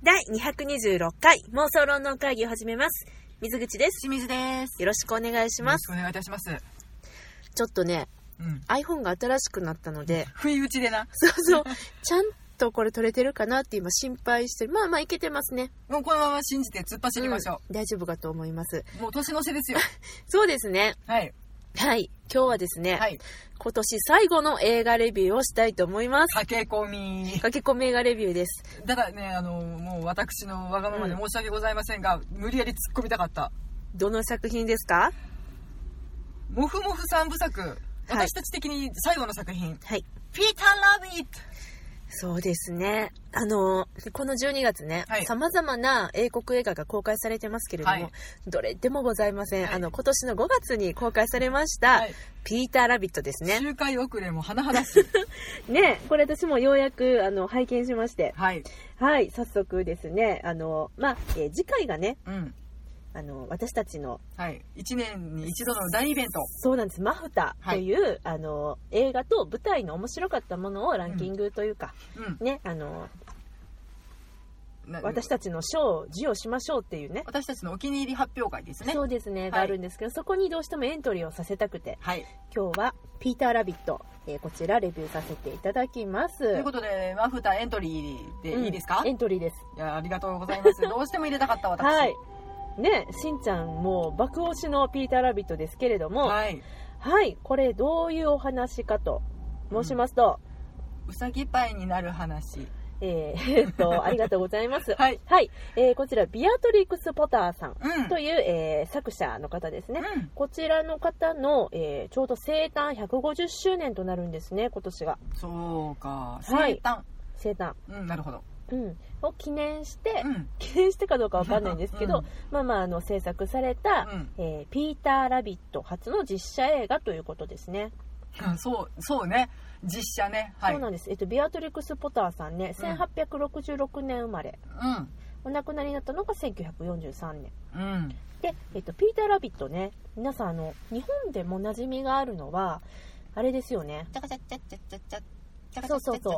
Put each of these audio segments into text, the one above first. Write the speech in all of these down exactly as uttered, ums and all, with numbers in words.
だいにひゃくにじゅうろっかい妄想論論会議を始めます。水口です。 清水です。 よろしくお願いします。 よろしくお願いいたします。 ちょっとね、うん、iPhone が新しくなったので不意打ちでなそうそうちゃんとこれ撮れてるかなって今心配してる。まあまあいけてますね。 もうこのまま信じて突っ走りましょう、 うん、大丈夫かと思います。 もう年の瀬ですよそうですね。 はいはい今日はですね、 はい、 今年最後の映画レビューをしたいと思います。 駆け込み駆け込み映画レビューです。 ただねあのもう私のわがままで申し訳ございませんが、うん、無理やり突っ込みたかった。 どの作品ですか？ もふもふ三部作、はい、私たち的に最後の作品、 はい、 ピーター・ラビット。 そうですね。あのこのじゅうにがつね、さまざまな英国映画が公開されてますけれども、はい、どれでもございません、はい、あの今年のごがつに公開されました、はい、ピーター・ラビットですね。 周回遅れも甚だしいね、これ私もようやくあの拝見しまして、 はい、 はい、早速ですね、あのまあ、えー、次回がね、 うん、 あの私たちの、 はい、いちねんに一度の大イベント。 そうなんです。マフタという、はい、あの映画と舞台の面白かったものをランキングというか、うん、ね、あの私たちの賞を授与しましょうっていうね、 私たちのお気に入り発表会ですね。 そうですね、はい、があるんですけど、そこにどうしてもエントリーをさせたくて、 はい、 今日はピーター・ラビット、えー、こちらレビューさせていただきます。ということでマフタエントリーでいいですか？ うん、エントリーです。 いやありがとうございますどうしても入れたかった私、 はいね、しんちゃんも爆推しのピーター・ラビットですけれども、 はい、 はい、これどういうお話かと申しますと、 うん、うさぎパイになる話、 えー、えー、っとありがとうございますはい、 はい、えー、こちらビアトリックス・ポターさんという、 うん、 えー、作者の方ですね、 うん、 こちらの方の、えー、ちょうど生誕ひゃくごじゅっしゅうねんとなるんですね、今年が。 そうか、生誕、 はい、生誕、 うん、なるほど、 うん、を記念して、 うん、 記念してかどうかわかんないんですけど、うん、まあまああの制作された、 うん、 えー、ピーター・ラビット初の実写映画ということですね。 そうそうね、実写ね、はい、 そうなんです。えっとビアトリックス・ポターさんね、せんはっぴゃくろくじゅうろくねん生まれ、 うん、 お亡くなりになったのがせんきゅうひゃくよんじゅうさんねん、 うん、 で、えっと、ピーター・ラビットね、皆さんあの日本でも馴染みがあるのはあれですよね。そうそうそう、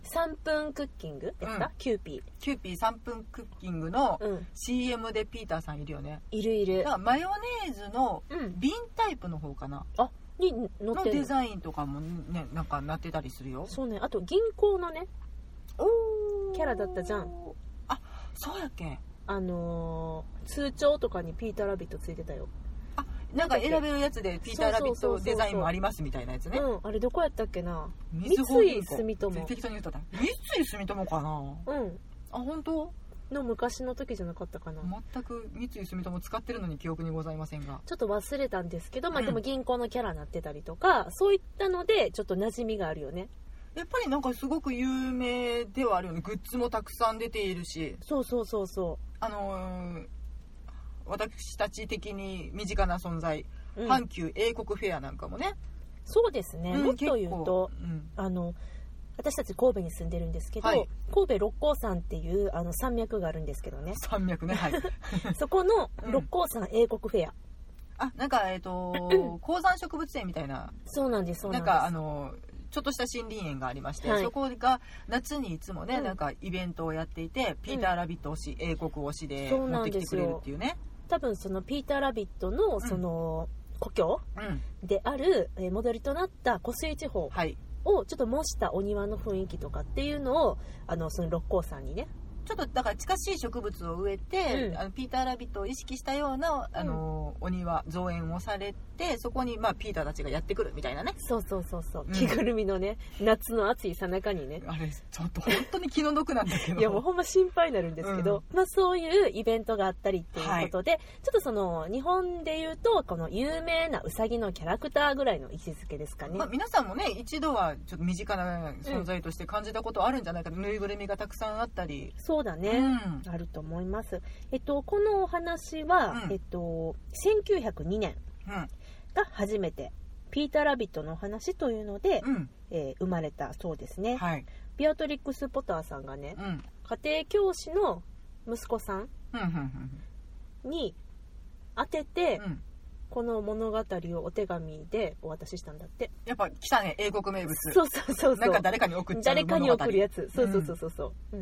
さんぷんクッキングですか、うん、キューピーキューピーさんぷんクッキングの シーエム でピーターさんいるよね。 いるいる。 だからマヨネーズの瓶タイプの方かな、 うん、あに載ってるのデザインとかもね、なんかなってたりするよ。 そうね、あと銀行のねおキャラだったじゃん。 あ、そうやっけ。 あのー、通帳とかにピーター・ラビットついてたよ。 あ、なんか選べるやつでピーター・ラビットデザインもありますみたいなやつね。 うん、あれどこやったっけな。 三井住友。 適当に言ったら三井住友かな。 うん。 あ、本当？ の昔の時じゃなかったかな。 全く三井住友使ってるのに記憶にございませんが、 ちょっと忘れたんですけど、まあでも銀行のキャラになってたりとか、うん、そういったのでちょっと馴染みがあるよね。 やっぱりなんかすごく有名ではあるよね。グッズもたくさん出ているし。 そうそうそうそう。 あのー、私たち的に身近な存在、うん、阪急英国フェアなんかもね。 そうですね、うん、もっと言うと、うん、あの私たち神戸に住んでるんですけど、はい、神戸六甲山っていうあの山脈があるんですけどね。 山脈ね、はいそこの六甲山英国フェア、 あ、なんかえっ、ー、と高山植物園みたいな。 そうなんです、そうなんです。 なんかあのちょっとした森林園がありまして、はい、そこが夏にいつもね、うん、なんかイベントをやっていて、ピーター・ラビット推し、うん、英国推しで持ってきてくれるっていうね。 多分そのピーター・ラビットのその故郷である、うん、モデルとなった湖水地方をちょっと模したお庭の雰囲気とかっていうのをあのその六甲山にね、 ちょっとだから近しい植物を植えて、うん、あのピーター・ラビットを意識したようなあの、うん、お庭造園をされて、そこに、まあ、ピーターたちがやってくるみたいなね。 そうそうそうそう、うん、着ぐるみのね、夏の暑いさなかにね、 あれちょっと本当に気の毒なんだけどいやもうほんま心配になるんですけど、うん、まあ、そういうイベントがあったりっていうことで、はい、ちょっとその日本でいうとこの有名なウサギのキャラクターぐらいの位置づけですかね。 まあ、皆さんもね一度はちょっと身近な存在として感じたことあるんじゃないか、うん、ぬいぐるみがたくさんあったり。 そうだね、うん、あると思います。えっと、このお話は、うん、えっと、せんきゅうひゃくにねんが初めてピーター・ラビットのお話というので、うんえー、生まれたそうですね、 はい、 ビアトリックス・ポターさんがね、 うん、 家庭教師の息子さんに当てて、うん、この物語をお手紙でお渡ししたんだって。 やっぱ来たね、英国名物。 そうそうそうそう、 なんか誰かに送っちゃう物語。 誰かに送るやつ。そうそうそうそう、うん、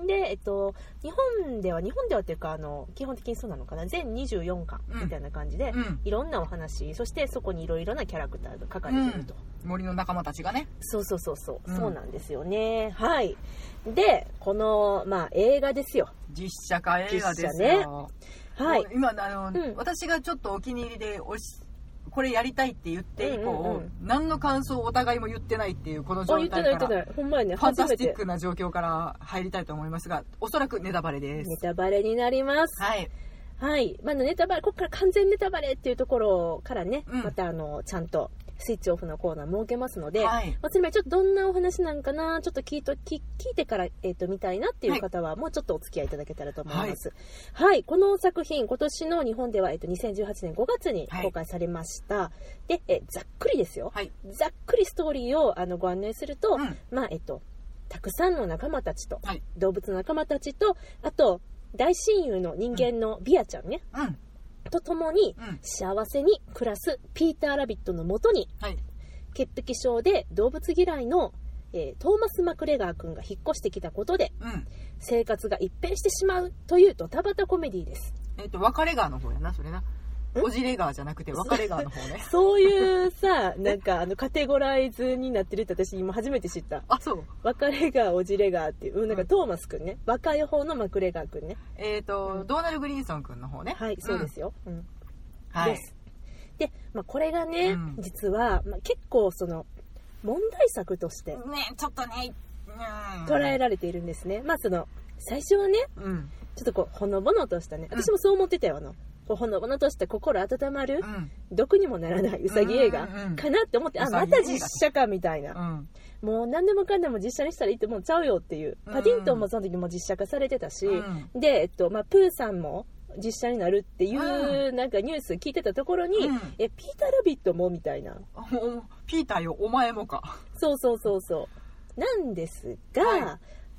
で、えっと、日本では、日本ではっていうか、あの、基本的にそうなのかな、全にじゅうよんかんみたいな感じで、うん、いろんなお話、そしてそこにいろいろなキャラクターが書かれていると。 うん、森の仲間たちがね。 そうそうそうそう、うん、そうなんですよね。はい。で、この、まあ、映画ですよ。 実写化映画ですよ。 ね。はい。 今、あの、うん、私がちょっとお気に入りで押し、これやりたいって言って以降、うんうんうん、何の感想をお互いも言ってないっていうこの状態から、 言ってない言ってない、ほんまやね、 ファンタスティックな状況から入りたいと思いますが、おそらくネタバレです。 ネタバレになります。 はい。 はい。まあ、ネタバレ、ここから完全ネタバレっていうところからね、うん、またあの、ちゃんとスイッチオフのコーナー設けますので、はい、まあ、つまりちょっとどんなお話なんかな、ちょっと聞いと聞聞いてから、えー、と見たいなっていう方は、もうちょっとお付き合いいただけたらと思います。はい。はい、この作品、今年の日本では、えー、とにせんじゅうはちねんごがつに公開されました。はい、で、えー、ざっくりですよ。はい、ざっくりストーリーをあのご案内すると、うん、まあ、えっ、ー、と、たくさんの仲間たちと、はい、動物の仲間たちと、あと、大親友の人間のビアちゃんね。うん、と共に、幸せに暮らすピーターラビットのもとに、はい、潔癖症で動物嫌いの、えー、トーマス・マクレガー君が引っ越してきたことで、うん、生活が一変してしまうというドタバタコメディです。 えっと、別れガーの方やな、それな。おじレガーじゃなくて別れガーの方ね。 そういうさ、なんかあのカテゴライズになってるって私今初めて知った。 あ、そう。 別れガー、おじレガーっていう、なんかトーマス君ね。若い方のマクレガー君ね。 えっと、うん、ドーナル・グリーンソン君の方ね。 はい、そうですよ。うん。うん、 はい。 です。で、まあ、これがね、うん、実は、まあ、結構その問題作としてね、ちょっとね、 うん、捉えられているんですね。まあその最初はね、うん、ちょっとこうほのぼのとしたね、私もそう思ってたよ、あのこうほのぼのとした心温まる、うん、毒にもならないうさぎ映画かなって思って、うんうんうん、あ、また実写かみたいな、うん、もう何でもかんでも実写にしたらいいってもんちゃうよっていう、パディントンもその時も実写化されてたし、うん、で、えっとまあ、プーさんも実写になるっていうなんかニュース聞いてたところに、うん、えピーターラビットもみたいな、 ピーターよお前もか、 そうそうそうそうなんですが、はい、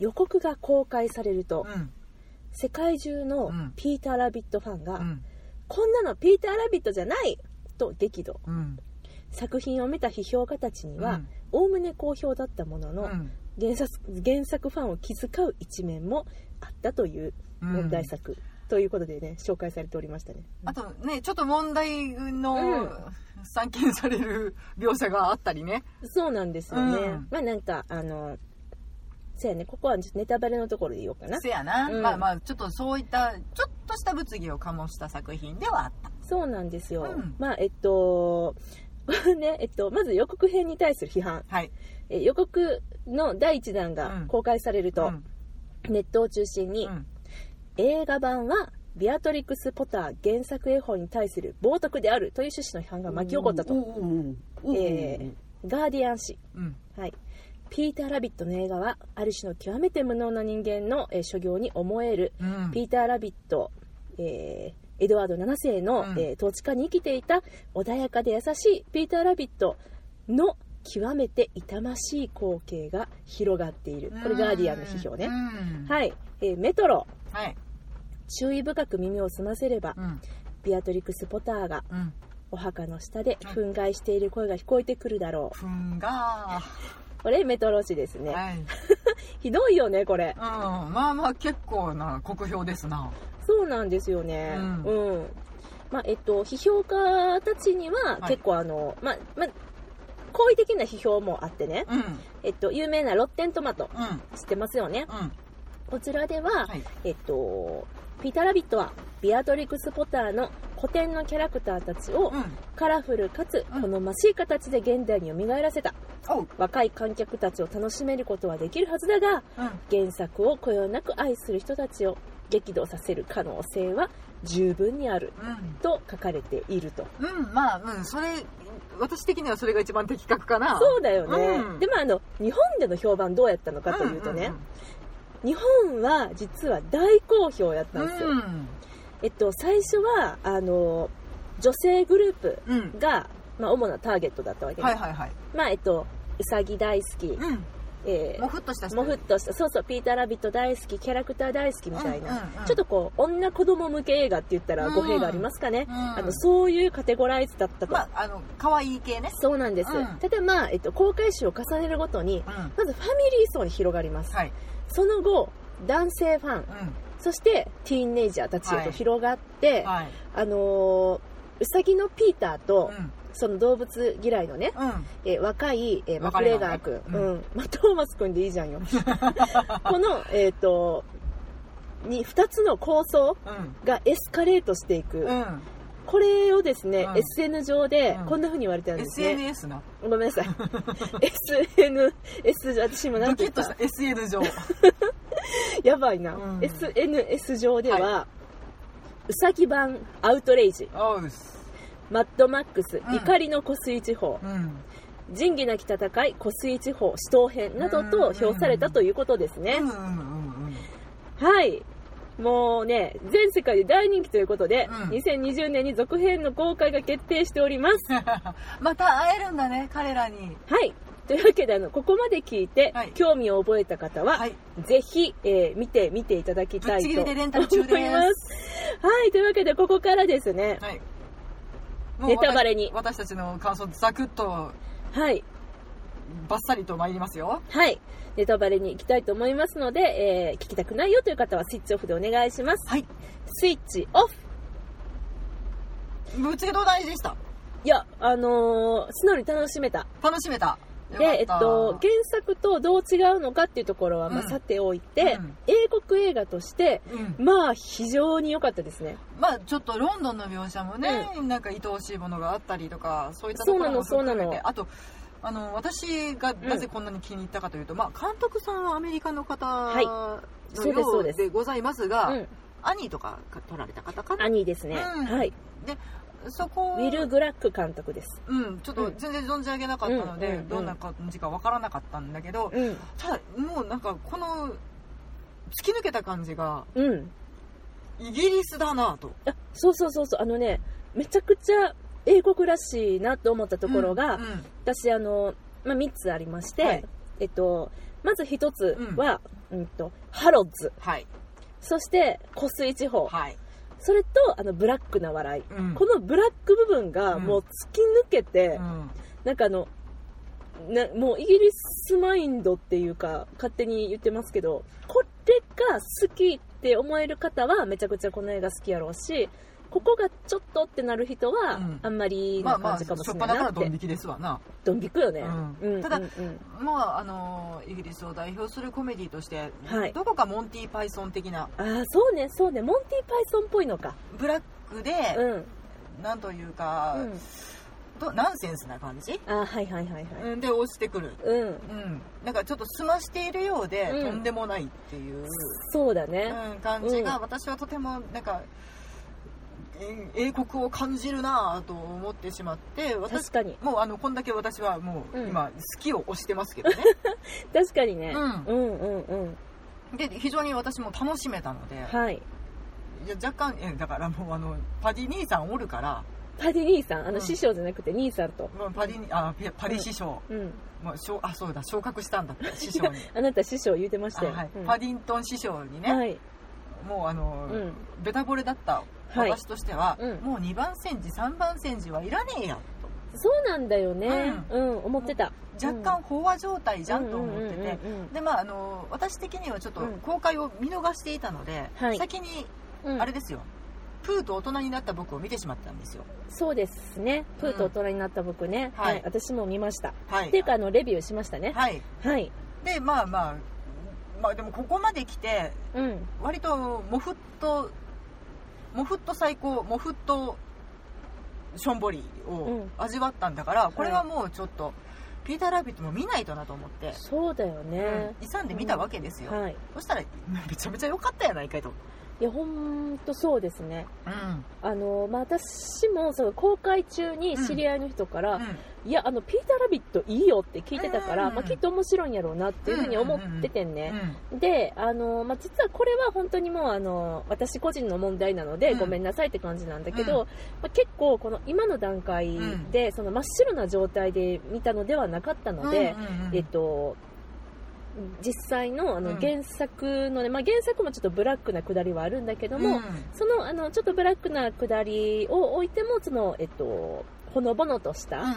予告が公開されると、うん、世界中のピーターラビットファンが、うん、こんなのピーターラビットじゃないと激怒、うん、作品を見た批評家たちにはおおむね好評だったものの、うん、原作、原作ファンを気遣う一面もあったという問題作、うんということでね、紹介されておりましたね。 あとね、ちょっと問題の散見される描写があったりね。 そうなんですよね。うん、まあなんかあのせやね、ここはネタバレのところで言おうかな。 せやな、うん、まあまあちょっとそういったちょっとした物議を醸した作品ではあった。 そうなんですよ。うん、まあえっとねえっとまず予告編に対する批判。はい。え予告のだいいちだんが公開されると、うん、ネットを中心に。うん映画版はビアトリクス・ポター原作絵本に対する冒涜であるという趣旨の批判が巻き起こったと、えー、ガーディアン誌、うんはい、ピーター・ラビットの映画はある種の極めて無能な人間の、えー、所業に思える、うん、ピーター・ラビット、えー、エドワードななせいの、うんえー、統治下に生きていた穏やかで優しいピーター・ラビットの極めて痛ましい光景が広がっている。これガーディアンの批評ね、はい、えー、メトロ、はい、注意深く耳を澄ませれば、うん、ビアトリクス・ポターが、うん、お墓の下で憤慨している声が聞こえてくるだろう。 憤慨これメトロ誌ですね、はい、ひどいよねこれ、 うん、まあまあ結構な酷評ですな。 そうなんですよね、うん、うん、まあえっと批評家たちには結構あの、はい、まあまあ好意的な批評もあってね、うん、えっと有名なロッテントマト、うん、知ってますよね、うんこちらでは、はい、えっと、ピーター・ラビットはビアトリクス・ポターの古典のキャラクターたちを、うん、カラフルかつ好ましい形で現代に蘇らせた、うん、若い観客たちを楽しめることはできるはずだが、うん、原作をこよなく愛する人たちを激怒させる可能性は十分にある、うん、と書かれていると。 うんまあ、うん、それ私的にはそれが一番的確かな。 そうだよね、うん、でもあの日本での評判どうやったのかというとね、うんうんうん日本は実は大好評やったんですよ、うん、えっと最初はあの女性グループが、うんまあ、主なターゲットだったわけです、はいはいはいまあえっとうさぎ大好き、うんえー、もふっとしたもふっとしたそうそうピーターラビット大好きキャラクター大好きみたいな、うんうんうん、ちょっとこう女子供向け映画って言ったら語弊がありますかね、うん、あのそういうカテゴライズだったと、 まあ、あの可愛い系ね。 そうなんです、うん、ただまあ、えっと、公開週を重ねるごとに、うん、まずファミリー層に広がります、はいその後男性ファン、うん、そしてティーンネイジャーたちへと広がって、はい、あのー、うさぎのピーターと、うん、その動物嫌いのね、うん、えー、若い、えー、マクレガー君、うんうん、まあ、トーマス君でいいじゃんよこの、えーと、にふたつの構想がエスカレートしていく、うん、これをですね、うん、エスエヌ 上でこんな風に言われてるんですね、 エスエヌエス なごめんなさいエスエヌエス 上、私もなんて言ったドキッとした エスエヌ 上やばいな、うん、エスエヌエス 上では、はい、うさぎ版アウトレイジ、マッドマックス、うん、怒りの湖水地方、うん、仁義なき戦い湖水地方死闘編などと評されたということですね。はい、もうね、全世界で大人気ということで、うん、にせんにじゅうねんに続編の公開が決定しておりますまた会えるんだね、彼らに。 はい、というわけで、あのここまで聞いて、はい、興味を覚えた方は、はい、ぜひ、えー、見て見ていただきたいと思います。ぶっちぎりでレンタル中です。はい、というわけでここからですね、はい、ネタバレに私たちの感想ザクッと、はい、バッサリと参りますよ。 はい、ネタバレに行きたいと思いますので、えー、聞きたくないよという方はスイッチオフでお願いします。はい、スイッチオフ。 ぶっちぎりどう大事でした？ いや、あのー、素直に楽しめた。 楽しめた。 で、えっと、原作とどう違うのかっていうところは、まあ、さておいて、うん、英国映画として、うん、まあ非常に良かったですね。 まあちょっとロンドンの描写もね、うん、なんか愛おしいものがあったりとか、そういったところも含めて、そうなのそうなの。あとあの私がなぜこんなに気に入ったかというと、うん、まあ監督さんはアメリカの方のようでございますが、はい、アニーとか撮られた方かな。 アニーですね。うん、はい。でそこウィル・グラック監督です。 うん、ちょっと全然存じ上げなかったので、うん、どんな感じかわからなかったんだけど、うん、ただもうなんかこの突き抜けた感じが、うん、イギリスだなと。 あ、そうそうそうそう、あのね、めちゃくちゃ英国らしいなと思ったところが、うんうん、私あの、まあ、みっつありまして、はい、えっと、まずひとつは、うんうん、とハロッズ、はい、そして湖水地方、はい、それとあのブラックな笑い、うん、このブラック部分がもう突き抜けて、うん、なんかあのなもうイギリスマインドっていうか勝手に言ってますけど、これが好きって思える方はめちゃくちゃこの映画好きやろうし、ここがちょっとってなる人はあんまりな感じかもしれないなって。まあまあ、しょっぱなからドン引きですわな。ドン引くよね。 うんうん、ただ、うんうん、まああのイギリスを代表するコメディとして、はい、どこかモンティ・パイソン的な。 ああ、そうねそうね、モンティ・パイソンっぽいのか。 ブラックで、うん、なんというか、うん、とナンセンスな感じ。 あ、はいはいはいはい。 で押してくる。うんうん。なんかちょっと澄ましているようで、うん、とんでもないっていう。 そうだね。 うん、感じが、うん、私はとてもなんか。英国を感じるなと思ってしまって、私確かにもうあのこんだけ私はもう今好きを推してますけどね、 うん、確かにね、うん、うんうんうんで非常に私も楽しめたので、はい、いや若干えだからもうあのパディ兄さんおるから、 パディ兄さんあの、うん、師匠じゃなくて兄さんとパディあパディ師匠、うんうんまあ、あそうだ昇格したんだって師匠にあなた師匠言うてましたよ、 はいうん、パディントン師匠にね、はい、もうあの、うん、ベタ惚れだった私としては、はいうん、もうにばん戦時さんばん戦時はいらねえやと。 そうなんだよね、うん、うん、思ってた。 若干飽和状態じゃんと思ってて、でまああの私的にはちょっと公開を見逃していたので、うん、先に、はい、あれですよ、プーと大人になった僕を見てしまったんですよ。 そうですね、プーと大人になった僕ね、うんはいはい、私も見ました、はい、っていうかあのレビューしましたね。はい、はい、でまあまあまあでもここまで来て、うん、割とモフッとモフッと最高モフッとしょんぼりを味わったんだから、うん、これはもうちょっと、はい、ピーター・ラビットも見ないとなと思って。 そうだよね、 うん、勇んで見たわけですよ、うんはい、そしたらめちゃめちゃ良かったやないかいと。 いやほんとそうですね、うん、あのまあ、私もその公開中に知り合いの人から、うんうん、いやあのピーター・ラビットいいよって聞いてたから、うんまあ、きっと面白いんやろうなっていうふうに思っててね、うんうんうん、であの、まあ、実はこれは本当にもうあの私個人の問題なので、うん、ごめんなさいって感じなんだけど、うんまあ、結構この今の段階で、うん、その真っ白な状態で見たのではなかったので、うんうんうん、えっと実際 の, あの原作の、ねまあ、原作もちょっとブラックなくだりはあるんだけども、うん、そのあのちょっとブラックなくだりを置いてもその、えっと、ほのぼのとした、うん、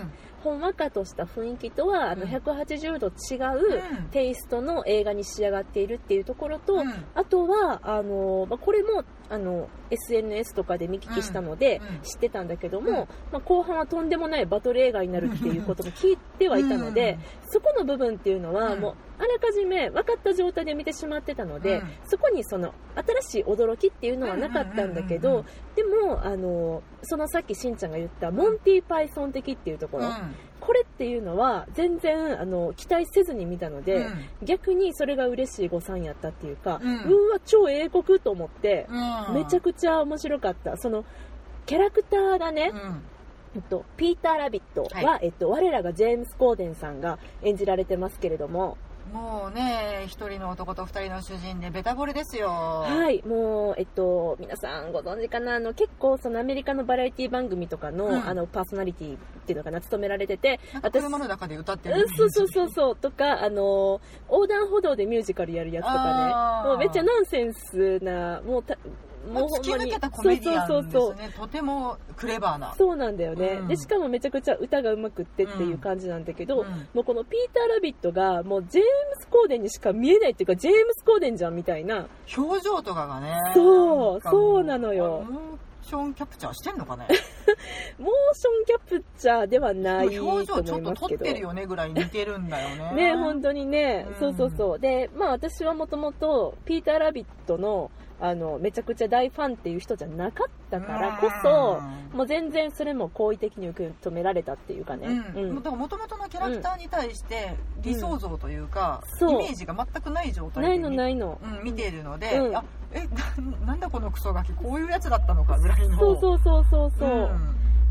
ほんわかとした雰囲気とはあのひゃくはちじゅうど違うテイストの映画に仕上がっているっていうところと、うん、あとはあの、まあ、これもあの エスエヌエス とかで見聞きしたので知ってたんだけども、うんまあ、後半はとんでもないバトル映画になるっていうことも聞いてはいたので、うん、そこの部分っていうのはもうあらかじめ分かった状態で見てしまってたので、うん、そこにその新しい驚きっていうのはなかったんだけど、でもあのそのさっきしんちゃんが言ったモンティ・パイソン的っていうところ、うん、これっていうのは全然あの期待せずに見たので、うん、逆にそれが嬉しい誤算やったっていうか、うん、うわ超英国と思って、うん、めちゃくちゃ面白かった。そのキャラクターがね、うんえっと、ピーター・ラビットは、はいえっと、我らがジェームス・コーデンさんが演じられてますけれども、 もうね一人の男と二人の主人でベタ惚れですよ。 はいもうえっと皆さんご存知かなあの結構そのアメリカのバラエティ番組とかの、うん、あのパーソナリティっていうのかな務められてて、 なんか車の中で歌ってる、 うん、そうそうそうそうとかあの横断歩道でミュージカルやるやつとかねもうめっちゃナンセンスなもうたもう突き抜けたコメディアンですね。とてもクレバーな。 そうなんだよね、うん、でしかもめちゃくちゃ歌がうまくってっていう感じなんだけど、うん、もうこのピーター・ラビットがもうジェームス・コーデンにしか見えないっていうかジェームス・コーデンじゃんみたいな表情とかがねそうそうなのよ。 モーションキャプチャーしてんのかねモーションキャプチャーではないと思いますけど表情ちょっと撮ってるよねぐらい似てるんだよねね本当にね、うん、そうそうそうでまあ私はもともとピーター・ラビットのあのめちゃくちゃ大ファンっていう人じゃなかったからこそもう全然それも好意的に受け止められたっていうかねもともとのキャラクターに対して理想像というか、うん、イメージが全くない状態でないのないの、 うん、見ているので、うん、あえ な, なんだこのクソガキこういうやつだったのかぐらいのそうそうそうそうそう、うん、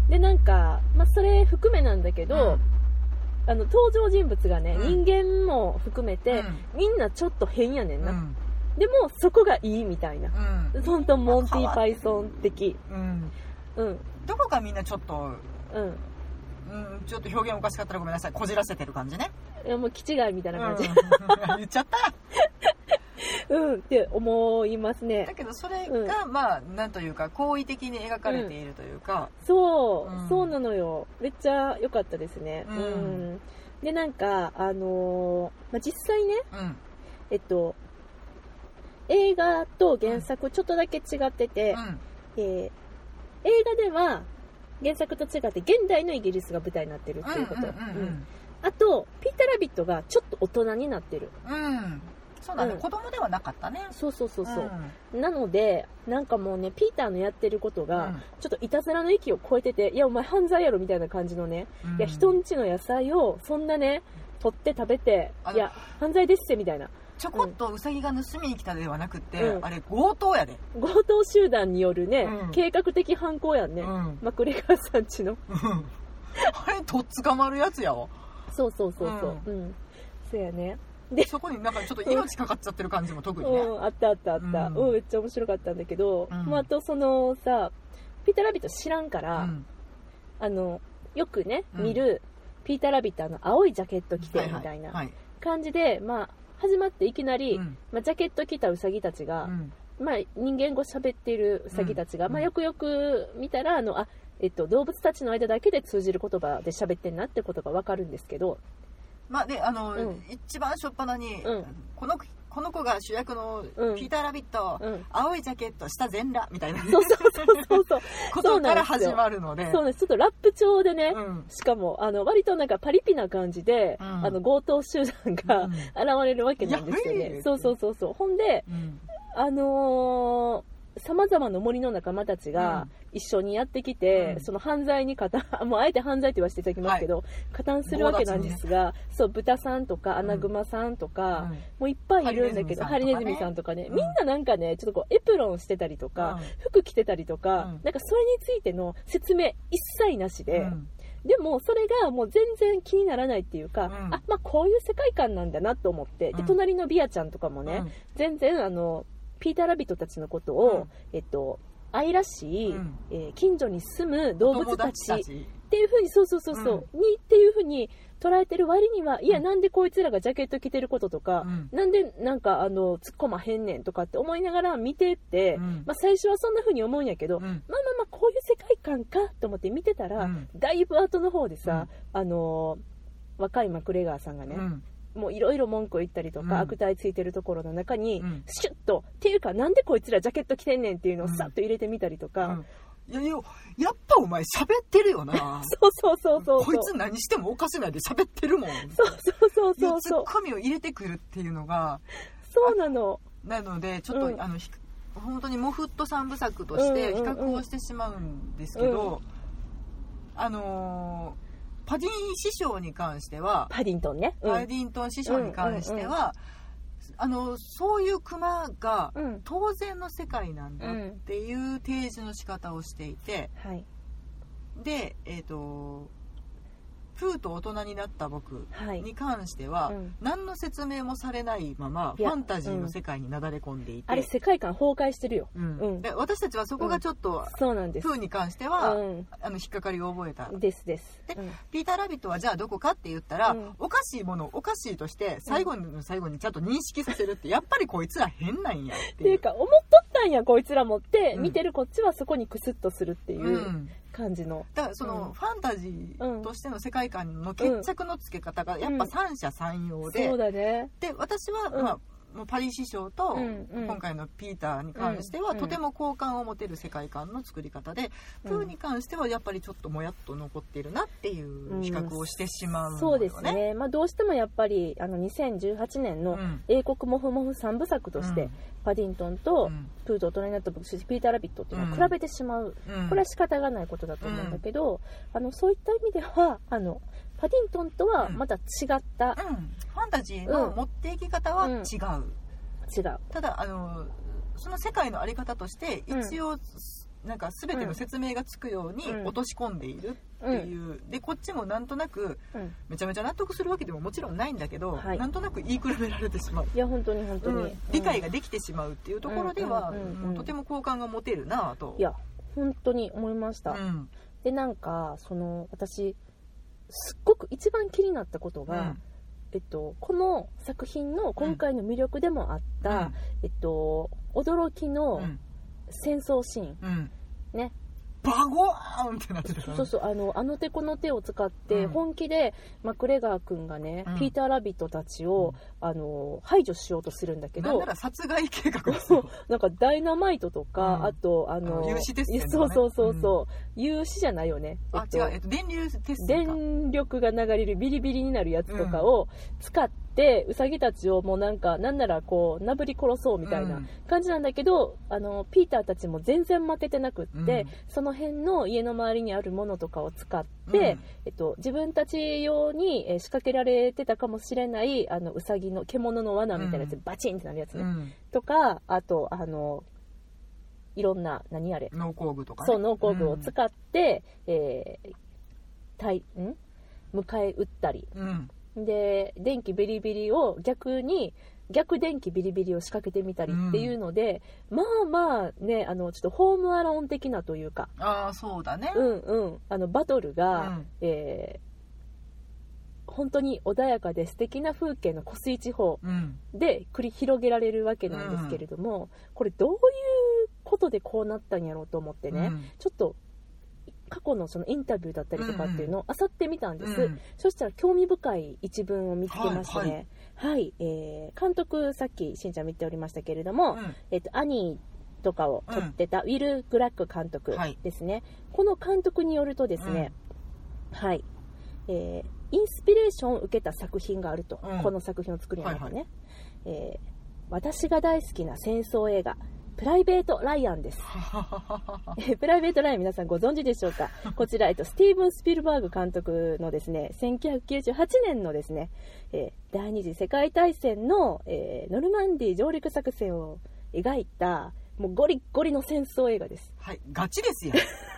でなんか、まあ、それ含めなんだけど、うん、あの登場人物がね、うん、人間も含めて、うん、みんなちょっと変やねんな、うんでもそこがいいみたいな、うん、本当モンティ・パイソン的、 うんうん、どこかみんなちょっと、うんうん、ちょっと表現おかしかったらごめんなさいこじらせてる感じね。 いやもう気違いみたいな感じ、うん、 言っちゃったうんって思いますね。 だけどそれが、うん、まあなんというか好意的に描かれているというか、 うん、そう、うん、そうなのよ。めっちゃ良かったですね、うんうん、でなんかあのーまあ、実際ね、うん、えっと映画と原作ちょっとだけ違ってて、うんえー、映画では原作と違って現代のイギリスが舞台になってるっていうこと、うんうんうんうん、あとピーター・ラビットがちょっと大人になってる、 うん、そうだね、うん、子供ではなかったね。 そうそうそうそう、うん、なのでなんかもうねピーターのやってることが、うん、ちょっといたずらの域を超えてていやお前犯罪やろみたいな感じのね、うん、いや人んちの野菜をそんなね取って食べていや犯罪ですってみたいなちょこっとウサギが盗みに来たではなくて、うん、あれ強盗やで強盗集団によるね、うん、計画的犯行やんね、うん、マクレガーさんちの、うん、 あれとっ捕まるやつやわ。 そうそうそうそう、うんうん、そうやね。 でそこになんかちょっと命かかっちゃってる感じも特にね、 うん、あったあったあった、うんうん、めっちゃ面白かったんだけど、うんまあ、あとそのさピーター・ラビット知らんから、うん、あのよくね見る、うん、ピーター・ラビットの青いジャケット着てみたいな感じで、はいはいはい、まあ始まっていきなり、うんまあ、ジャケット着たウサギたちが、うんまあ、人間語喋っているウサギたちが、うんまあ、よくよく見たらあのあ、えっと、動物たちの間だけで通じる言葉で喋ってんなってことが分かるんですけど、 まあであの、うん、一番初っ端に、うん、このこの子が主役のピーター・ラビット、うん、青いジャケット下全裸みたいな、 そうそうそうそうことから始まるので、 そうですちょっとラップ調でね、うん、しかもあの割となんかパリピな感じで、うん、あの強盗集団が現れるわけなんですよね、うん、そうそうそうそうほんで、うん、あのーさまざまな森の仲間たちが一緒にやってきて、うん、その犯罪に加担もうあえて犯罪と言わせていただきますけど、はい、加担するわけなんですが、ね、そう豚さんとかアナグマさんとか、うん、もういっぱいいるんだけどハリネズミさんとかね、うん、みんななんかねちょっとこうエプロンしてたりとか、うん、服着てたりとか、うん、なんかそれについての説明一切なしで、うんでもそれがもう全然気にならないっていうか、うん、あまあこういう世界観なんだなと思って、で隣のビアちゃんとかもね、うん、全然あのピーター・ラビットたちのことを、うんえっと、愛らしい、うんえー、近所に住む動物たちっていう風にそうそうそうそう、うん、にっていう風に捉えてる割にはいや、うん、なんでこいつらがジャケット着てることとか、うん、なんでなんかあの突っ込まへんねんとかって思いながら見てって、うんまあ、最初はそんな風に思うんやけど、うん、まあまあまあこういう世界感かと思って見てたら、うん、だいぶ後の方でさ、うん、あの若いマクレガーさんがね、うんもういろいろ文句を言ったりとか、うん、悪態ついてるところの中に、うん、シュッとっていうかなんでこいつらジャケット着てんねんっていうのをさっと入れてみたりとか、 うんうん、いやいややっぱお前喋ってるよなそうそうそうそうこいつ何してもおかしないで喋ってるもんそうそうそうそうツッコミを入れてくるっていうのがそうなのなのでちょっと、うん、あの本当にモフット三部作として比較をしてしまうんですけど、うんうんうん、あのーパディ師匠に関してはパディントンね、 うん、パディントン師匠に関しては、うんうんうん、あのそういうクマが当然の世界なんだっていう提示の仕方をしていて、 うんはい、 でえっ、ー、とプーと大人になった僕に関しては、はいうん、何の説明もされないままファンタジーの世界になだれ込んでいて、うん、 あれ世界観崩壊してるよ、 うんうん、で私たちはそこがちょっと、うん、 そうなんですプーに関しては、うん、あの引っかかりを覚えたですですで、うん、ピーターラビットはじゃあどこかって言ったら、うん、おかしいものをおかしいとして最後の最後にちゃんと認識させるってやっぱりこいつら変なんやっていう、っていうか思っとったんやこいつらもって、うん、見てるこっちはそこにクスッとするっていう、うん感じのだからその、うん、ファンタジーとしての世界観の決着のつけ方がやっぱ三者三様で、 うん、そうだね、 で私は、うんまあパリ師匠と今回のピーターに関してはとても好感を持てる世界観の作り方で、プーに関してはやっぱりちょっともやっと残っているなっていう比較をしてしまうのよね、うん、そうですね、 まあ、どうしてもやっぱりあのにせんじゅうはちねんの英国モフモフ三部作として、うん、パディントンとプーと大人になった僕ピーターラビットっていうのを比べてしまう、うん、これは仕方がないことだと思うんだけど、うん、あのそういった意味ではあのパディントンとはまた違った、 うんうん、ファンタジーの持っていき方は違う、うん違うただあのその世界の在り方として一応、うん、なんか全ての説明がつくように落とし込んでいるっていう、うん、でこっちもなんとなく、うん、めちゃめちゃ納得するわけでももちろんないんだけど、はい、なんとなく言い比べられてしまういや本当に本当に、うん、 理解ができてしまうっていうところでは、うん、とても好感が持てるなといや本当に思いました、うん、でなんかその私すっごく一番気になったことが、うんえっと、この作品の今回の魅力でもあった、うんえっと、驚きの戦争シーン、うん、ねバゴーンってなってるからそうそうあのあの手この手を使って本気でマクレガー君がね、うん、ピーターラビットたちを、うん、あの排除しようとするんだけどなんなら殺害計画ですよなんかダイナマイトとか、うん、あとあの有刺鉄線、ね、 そうそうそうそう、うん、有刺じゃないよね、 えっと、あ違う、えっと、電流鉄線か電力が流れるビリビリになるやつとかを使って、うんでウサギたちをもうなんかなんならこうなぶり殺そうみたいな感じなんだけど、うん、あのピーターたちも全然負けてなくって、うん、その辺の家の周りにあるものとかを使って、うんえっと、自分たち用に仕掛けられてたかもしれないあのウサギの獣の罠みたいなやつ、うん、バチンってなるやつね、うん、とかあとあのいろんな何あれ農工具とか、ね、 そう農工具を使って、うんえー、たいん迎え撃ったり、うんで電気ビリビリを逆に逆電気ビリビリを仕掛けてみたりっていうので、うん、まあまあねあのちょっとホームアローン的なというかああそうだねうんうんあのバトルが、うんえー、本当に穏やかで素敵な風景の湖水地方で繰り広げられるわけなんですけれども、うん、これどういうことでこうなったんやろうと思ってね、うん、ちょっと過去のそのインタビューだったりとかっていうのを漁ってみたんです、うん、そしたら興味深い一文を見つけましてねはい、はいはいえー、監督さっきしんちゃん見ておりましたけれども、うんえー、とアニーとかを撮ってたウィル・グラック監督ですね、はい、この監督によるとですね、うん、はい、えー、インスピレーションを受けた作品があると、うん、この作品を作るにあたってね、はいはいえー、私が大好きな戦争映画プライベート・ライアンですプライベート・ライアン皆さんご存知でしょうかこちら、えっと、スティーブン・スピルバーグ監督のですねせんきゅうひゃくきゅうじゅうはちねんのですね、えー、第二次世界大戦の、えー、ノルマンディー上陸作戦を描いたもうゴリッゴリの戦争映画ですはいガチですよ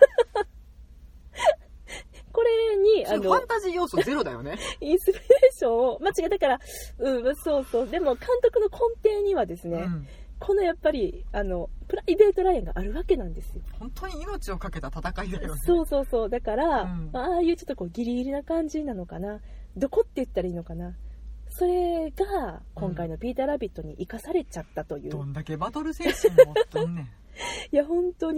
これにあのファンタジー要素ゼロだよねインスピレーションを間違えたからうんそうそうでも監督の根底にはですね、うんこのやっぱりあのプライベートラインがあるわけなんですよ本当に命をかけた戦いだよねそうそうそうだから、うん、ああいうちょっとこうギリギリな感じなのかなどこって言ったらいいのかなそれが今回のピーターラビットに生かされちゃったという、 うん、どんだけバトル精神持っとんねんいや本当に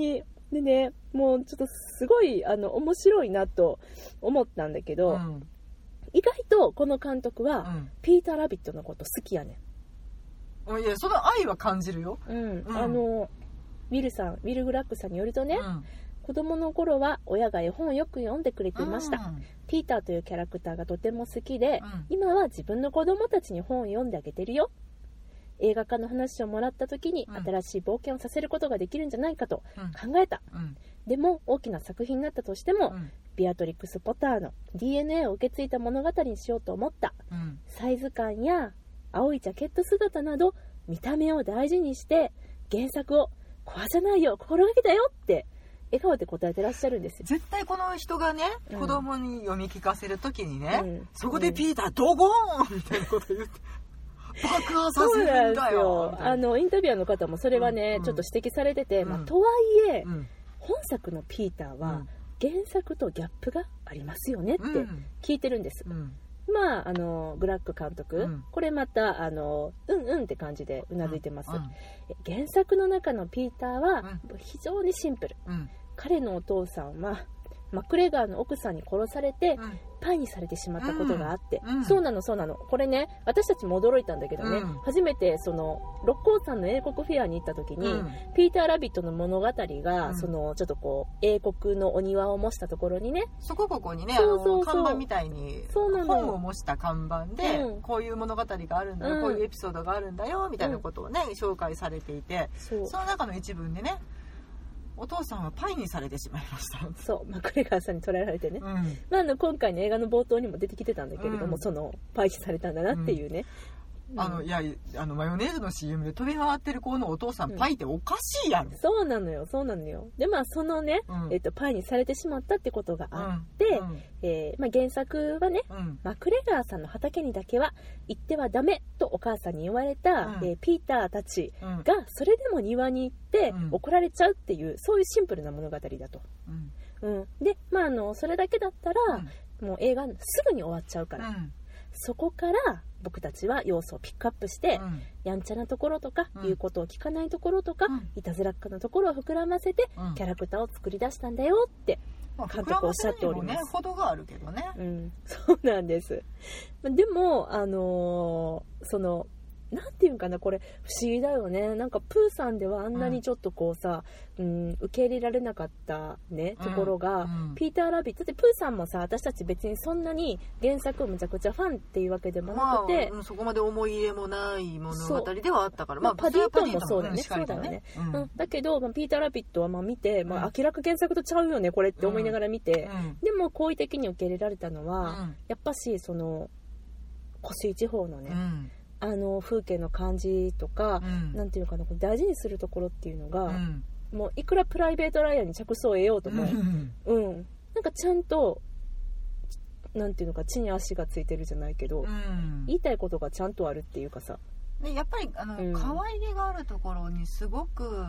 でね、もうちょっとすごいあの面白いなと思ったんだけど、うん、意外とこの監督は、うん、ピーター・ラビットのこと好きやねん。いや、その愛は感じるよ。 うん、うん、あのウィルさん、ウィル・グラックさんによるとね、うん、子供の頃は親が絵本をよく読んでくれていました、うん、ピーターというキャラクターがとても好きで、うん、今は自分の子供たちに本を読んであげてるよ。映画化の話をもらった時に、うん、新しい冒険をさせることができるんじゃないかと考えた、うん、でも大きな作品になったとしても、うん、ビアトリックス・ポターの ディーエヌエー を受け継いだ物語にしようと思った、うん、サイズ感や青いジャケット姿など見た目を大事にして原作を壊さないよう心がけたよって笑顔で答えてらっしゃるんですよ。 絶対この人がね、うん、子供に読み聞かせる時にね、うん、そこでピータードゴーンみたいなこと言って爆破させるんだよ。 あのインタビュアーの方もそれはね、うん、ちょっと指摘されてて、うん、まあ、とはいえ、うん、本作のピーターは原作とギャップがありますよねって聞いてるんです、うん、まああのグラック監督、うん、これまたあのうんうんって感じでうなずいてます、うんうん、原作の中のピーターは非常にシンプル、うん、彼のお父さんはマクレガーの奥さんに殺されて、うん、パイにされてしまったことがあって、うん、そうなのそうなの、これね私たちも驚いたんだけどね、うん、初めてその六甲山の英国フェアに行った時に、うん、ピーター・ラビットの物語が、うん、そのちょっとこう英国のお庭を模したところにね、 そこここにね、そうそうそう、あの看板みたいに本を模した看板で、うん、こういう物語があるんだよ、うん、こういうエピソードがあるんだよみたいなことをね、うん、紹介されていて、その中の一文でね、お父さんはパイにされてしまいました。 そうマクレガーさんに捕らえられてね、うん、まあ、あの今回の映画の冒頭にも出てきてたんだけれども、うん、そのパイにされたんだなっていうね、うん、 あのいやあのマヨネーズの シーエム で飛び回ってる子のお父さん、うん、パイっておかしいやろ。 そうなのよそうなのよ。でまあそのね、うん、えっと、パイにされてしまったってことがあって、うんうん、えーまあ、原作はね、うん、マクレガーさんの畑にだけは行ってはダメとお母さんに言われた、うん、えー、ピーターたちがそれでも庭に行って怒られちゃうっていう、そういうシンプルな物語だと、うんうん、で、まあ、あのそれだけだったら、うん、もう映画すぐに終わっちゃうから、うん、そこから僕たちは要素をピックアップして、うん、やんちゃなところとか、うん、言うことを聞かないところとか、うん、いたずらっかなところを膨らませて、うん、キャラクターを作り出したんだよって監督おっしゃっております。まあ、膨らませにもね、 程があるけどね、 うん、そうなんです。でもあのー、そのなんていうんかな、これ不思議だよね。なんかプーさんではあんなにちょっとこうさ、うん、受け入れられなかったね、ところが、うんうん、ピーター・ラビットってプーさんもさ、私たち別にそんなに原作をむちゃくちゃファンっていうわけでもなくて、 まあ、そこまで思い入れもない物語ではあったから、 まあ、パディントンもそうだね、そうだよね、うんうん、だけど、まあ、ピーター・ラビットはまあ見て、まあ、明らか原作とちゃうよねこれって思いながら見て、うん、でも好意的に受け入れられたのは、うん、やっぱしその湖水地方のね、うん、あの風景の感じとか、うん、なんていうかな、大事にするところっていうのが、うん、もういくらプライベートライアーに着想を得ようとも、うんうん、なんかちゃんとなんていうのか、地に足がついてるじゃないけど、うん、言いたいことがちゃんとあるっていうかさ、 でやっぱりあの、うん、可愛げがあるところにすごく、うん、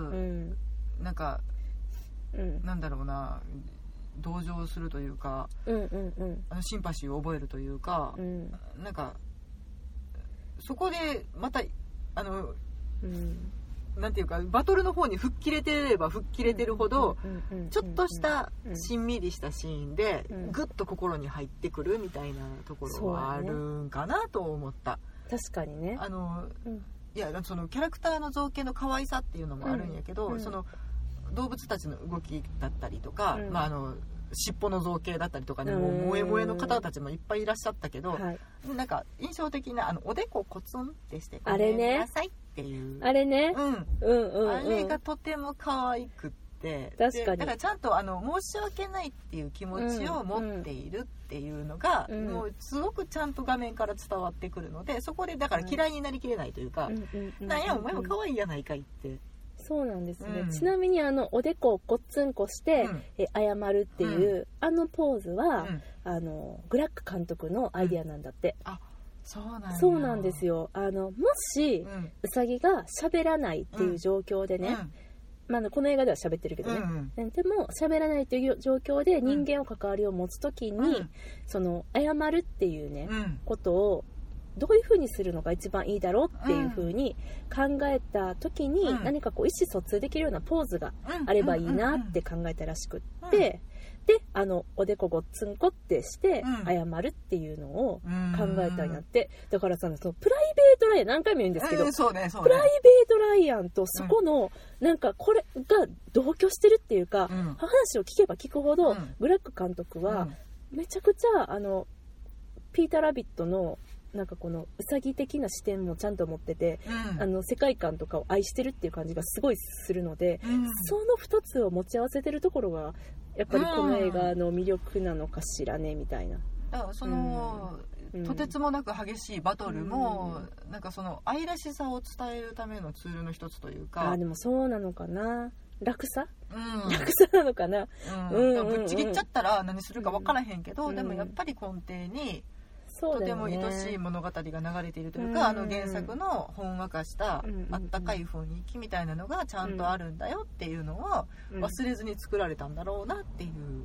なんか、うん、なんだろうな、同情するというか、うんうんうん、あのシンパシーを覚えるというか、うん、なんかそこでまたあの、うん、なんていうか、バトルの方に吹っ切れてれば吹っ切れてるほど、ちょっとしたしんみりしたシーンでグッと心に入ってくるみたいなところはあるんかなと思った。 確かにね。 あの、うん、いやそのキャラクターの造形の可愛さっていうのもあるんやけど、うん、その動物たちの動きだったりとか、うん、まああの尻尾の造形だったりとかね、もう萌え萌えの方たちもいっぱいいらっしゃったけど、はい、なんか印象的なあのおでこコツンってしてごめんなさいっていうあれね、 うん、うんうんうん、あれがとても可愛くって、 確かにだからちゃんとあの申し訳ないっていう気持ちを持っているっていうのが、うんうん、もうすごくちゃんと画面から伝わってくるので、そこでだから嫌いになりきれないというか、うんうんうん、なんやお前も可愛いやないかいって。 そうなんですね、うん、ちなみにあのおでこをこっつんこして、うん、え謝るっていう、うん、あのポーズは、うん、あのグラック監督のアイデアなんだって、 うん、あ、そうなんだ。 そうなんですよ。あのもし、うん、ウサギが喋らないっていう状況でね、うんまあ、この映画では喋ってるけどね、うんうん、でも喋らないという状況で人間を関わりを持つときに、うん、その謝るっていうね、うん、ことをどういう風にするのが一番いいだろうっていう風に考えた時に、うん、何かこう意思疎通できるようなポーズがあればいいなって考えたらしくって、うん、であのおでこごっつんこってして謝るっていうのを考えたんやって、うん、だからさそのプライベートライアン何回も言うんですけど、 うんそうねそうね、 プライベートライアンとそこの、うん、なんかこれが同居してるっていうか、うん、話を聞けば聞くほど、うん、グラッグ監督はめちゃくちゃあのピーター・ラビットのなんかこのうさぎ的な視点もちゃんと持ってて、うん、あの世界観とかを愛してるっていう感じがすごいするので、うん、そのふたつを持ち合わせてるところがやっぱりこの映画の魅力なのかしらねみたいな。 だからその、うん、とてつもなく激しいバトルも、うん、なんかその愛らしさを伝えるためのツールの一つというか。 あでもそうなのかな、楽さ、うん、楽さなのかな、 うんうんうんうん、ぶっちぎっちゃったら何するか分からへんけど、うん、でもやっぱり根底にとても愛しい物語が流れているというか、うん、あの原作のほんわかしたあったかい雰囲気みたいなのがちゃんとあるんだよっていうのを忘れずに作られたんだろうなって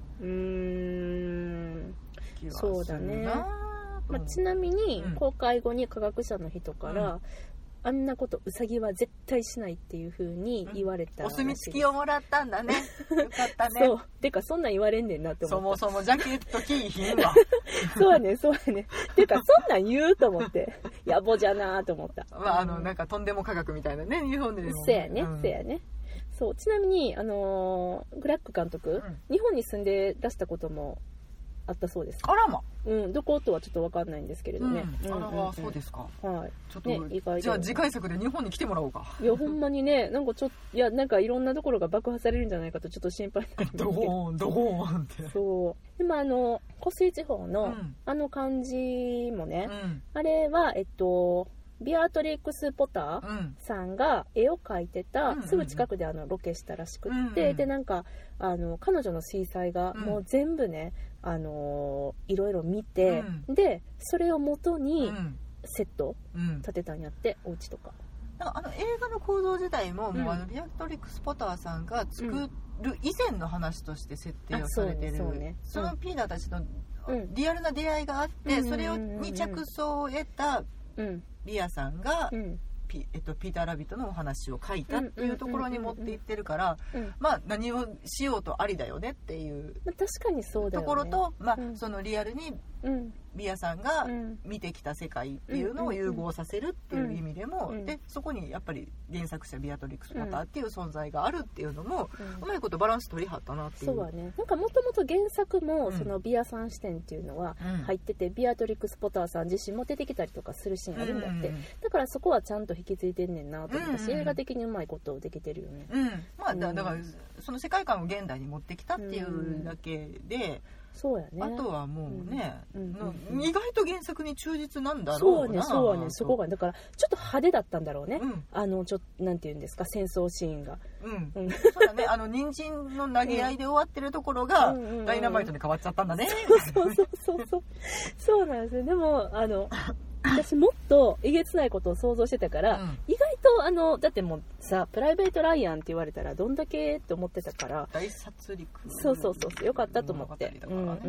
いう気はするな。そうだね、 まあ、ちなみに公開後に科学者の人から、うん、あんなことウサギは絶対しないっていう風に言われた、うん、 お墨付きをもらったんだねよかったね。 そうてかそんなん言われんねんなって思った。 そもそもジャケット着いひんわそうやねそうやねてかそんなん言うと思って野暮じゃなと思った。 まああのなんかとんでも科学みたいなね日本でも、ね、 そうやね、うん、そうやね。そうちなみにあのー、グラッグ監督、うん、日本に住んで出したこともあったそうです。 あらま、 うん、どことはちょっと分かんないんですけれどね、 うん、あらま、うん、そうですか。 はい、 ちょっと、ね、意外じゃあ次回作で日本に来てもらおうか。 いやほんまにねなんかちょっといやなんかいろんなところが爆破されるんじゃないかとちょっと心配なんですけどドーンドーンって。 そうでもあの湖水地方の、うん、あの感じもね、うん、あれはえっとビアトリックス・ポターさんが絵を描いてた、うん、すぐ近くであのロケしたらしくって、うん、でなんかあの彼女の水彩がもう全部ね、うん、あのいろいろ見て、うん、でそれを元にセット立てたんやって、うん、お家とか。 なんかあの映画の構造自体も、うん、もうあのビアトリックス・ポターさんが作る以前の話として設定をされてる、うん、そうねそうね、そのピーターたちのリアルな出会いがあって、うん、それをに着想を得た、うんリアさんが、うんピえっと、ピーター・ラビットのお話を書いたっていうところに持っていってるから、まあ何をしようとありだよねっていう確かにそうだよね、 ところと、まあうん、そのリアルにビアさんが見てきた世界っていうのを融合させるっていう意味でも、うんうん、でそこにやっぱり原作者ビアトリックス・ポターっていう存在があるっていうのも、うん、うまいことバランス取りはったなっていう。 そうだね。なんかもともと原作もそのビアさん視点っていうのは入ってて、うん、ビアトリックス・ポターさん自身も出てきたりとかするシーンあるんだって、うんうん、だからそこはちゃんと引き継いでんねんなと思ったし、うんうん、映画的にうまいことできてるよね、 うんまあ、だ, だからその世界観を現代に持ってきたっていうだけで、うんそうやね、 あとはもうね、うんうんうん、意外と原作に忠実なんだろうな。そうはね、そうはね、そこがだからちょっと派手だったんだろうね、うん、あのちょっとなんていうんですか戦争シーンが、 うんうん、そうだね、あの人参の投げ合いで終わってるところがダイナマイトに変わっちゃったんだね。 そうそうそうそうそうなんですよ。でもあの私もっとえげつないことを想像してたから、うん、意外とあのだってもうさプライベートライアンって言われたらどんだけって思ってたから大殺戮そうそうそうよかったと思って、 うんうんうんうん、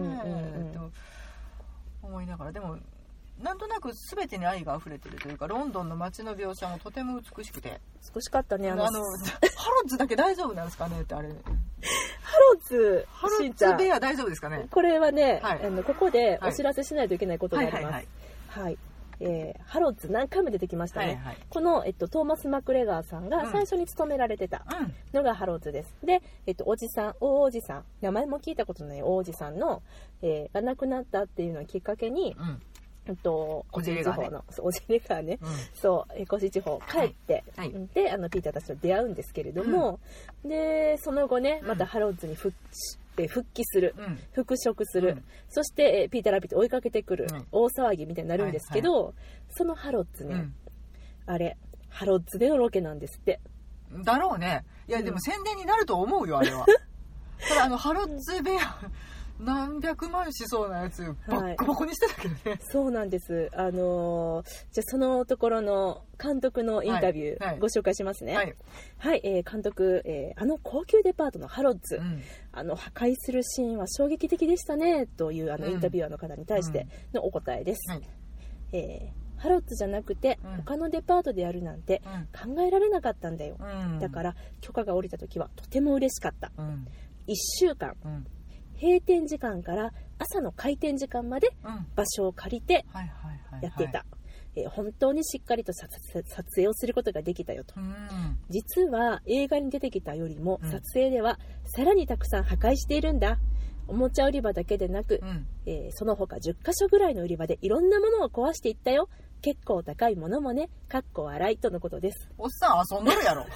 でも思いながらでもなんとなく全てに愛が溢れてるというかロンドンの街の描写もとても美しくて美しかったね。あのあのハロッズだけ大丈夫なんですかねってあれハロッズハロッズベア大丈夫ですかね。 これはね、はい、あのここでお知らせしないといけないことがあります。はいはいはいはいはいえー、ハロッズ何回も出てきましたね、はいはい、この、えっと、トーマス・マクレガーさんが最初に勤められてたのがハロッズです、うん、で、えっと、おじさん大おじさん名前も聞いたことない大おじさんの、えー、が亡くなったっていうのをきっかけに、うんえっと、 おじれがねおじれがね、うん、そう、湖水地方帰って、はいはい、であのピーターたちと出会うんですけれども、うん、でその後ねまたハロッズに復帰復帰する、うん、復職する、うん、そしてえピーター・ラビット追いかけてくる、うん、大騒ぎみたいになるんですけど、はいはい、そのハロッズね、うん、あれハロッズでのロケなんですってだろうね。いやでも宣伝になると思うよあれはただあのハロッズ部屋何百万しそうなやつバッコバコにしてたけどね、はい、 そうなんです。あのー、じゃあそのところの監督のインタビューご紹介しますね。はい、はいはいえー、監督、えー、あの高級デパートのハロッズ、うん、あの破壊するシーンは衝撃的でしたねというあのインタビュアーの方に対してのお答えです。うんはいえーハロッツじゃなくて、うん、他のデパートでやるなんて考えられなかったんだよ、うん、だから許可が下りた時はとても嬉しかった、うん、いっしゅうかん、うん、閉店時間から朝の開店時間まで場所を借りてやっていた。えー、本当にしっかりと撮影をすることができたよと、うん、実は映画に出てきたよりも、うん、撮影ではさらにたくさん破壊しているんだ。おもちゃ売り場だけでなく、うんえー、その他じゅっかしょぐらいの売り場でいろんなものを壊していったよ。結構高いものもね、かっこ笑いとのことです。 おっさん遊んどるやろ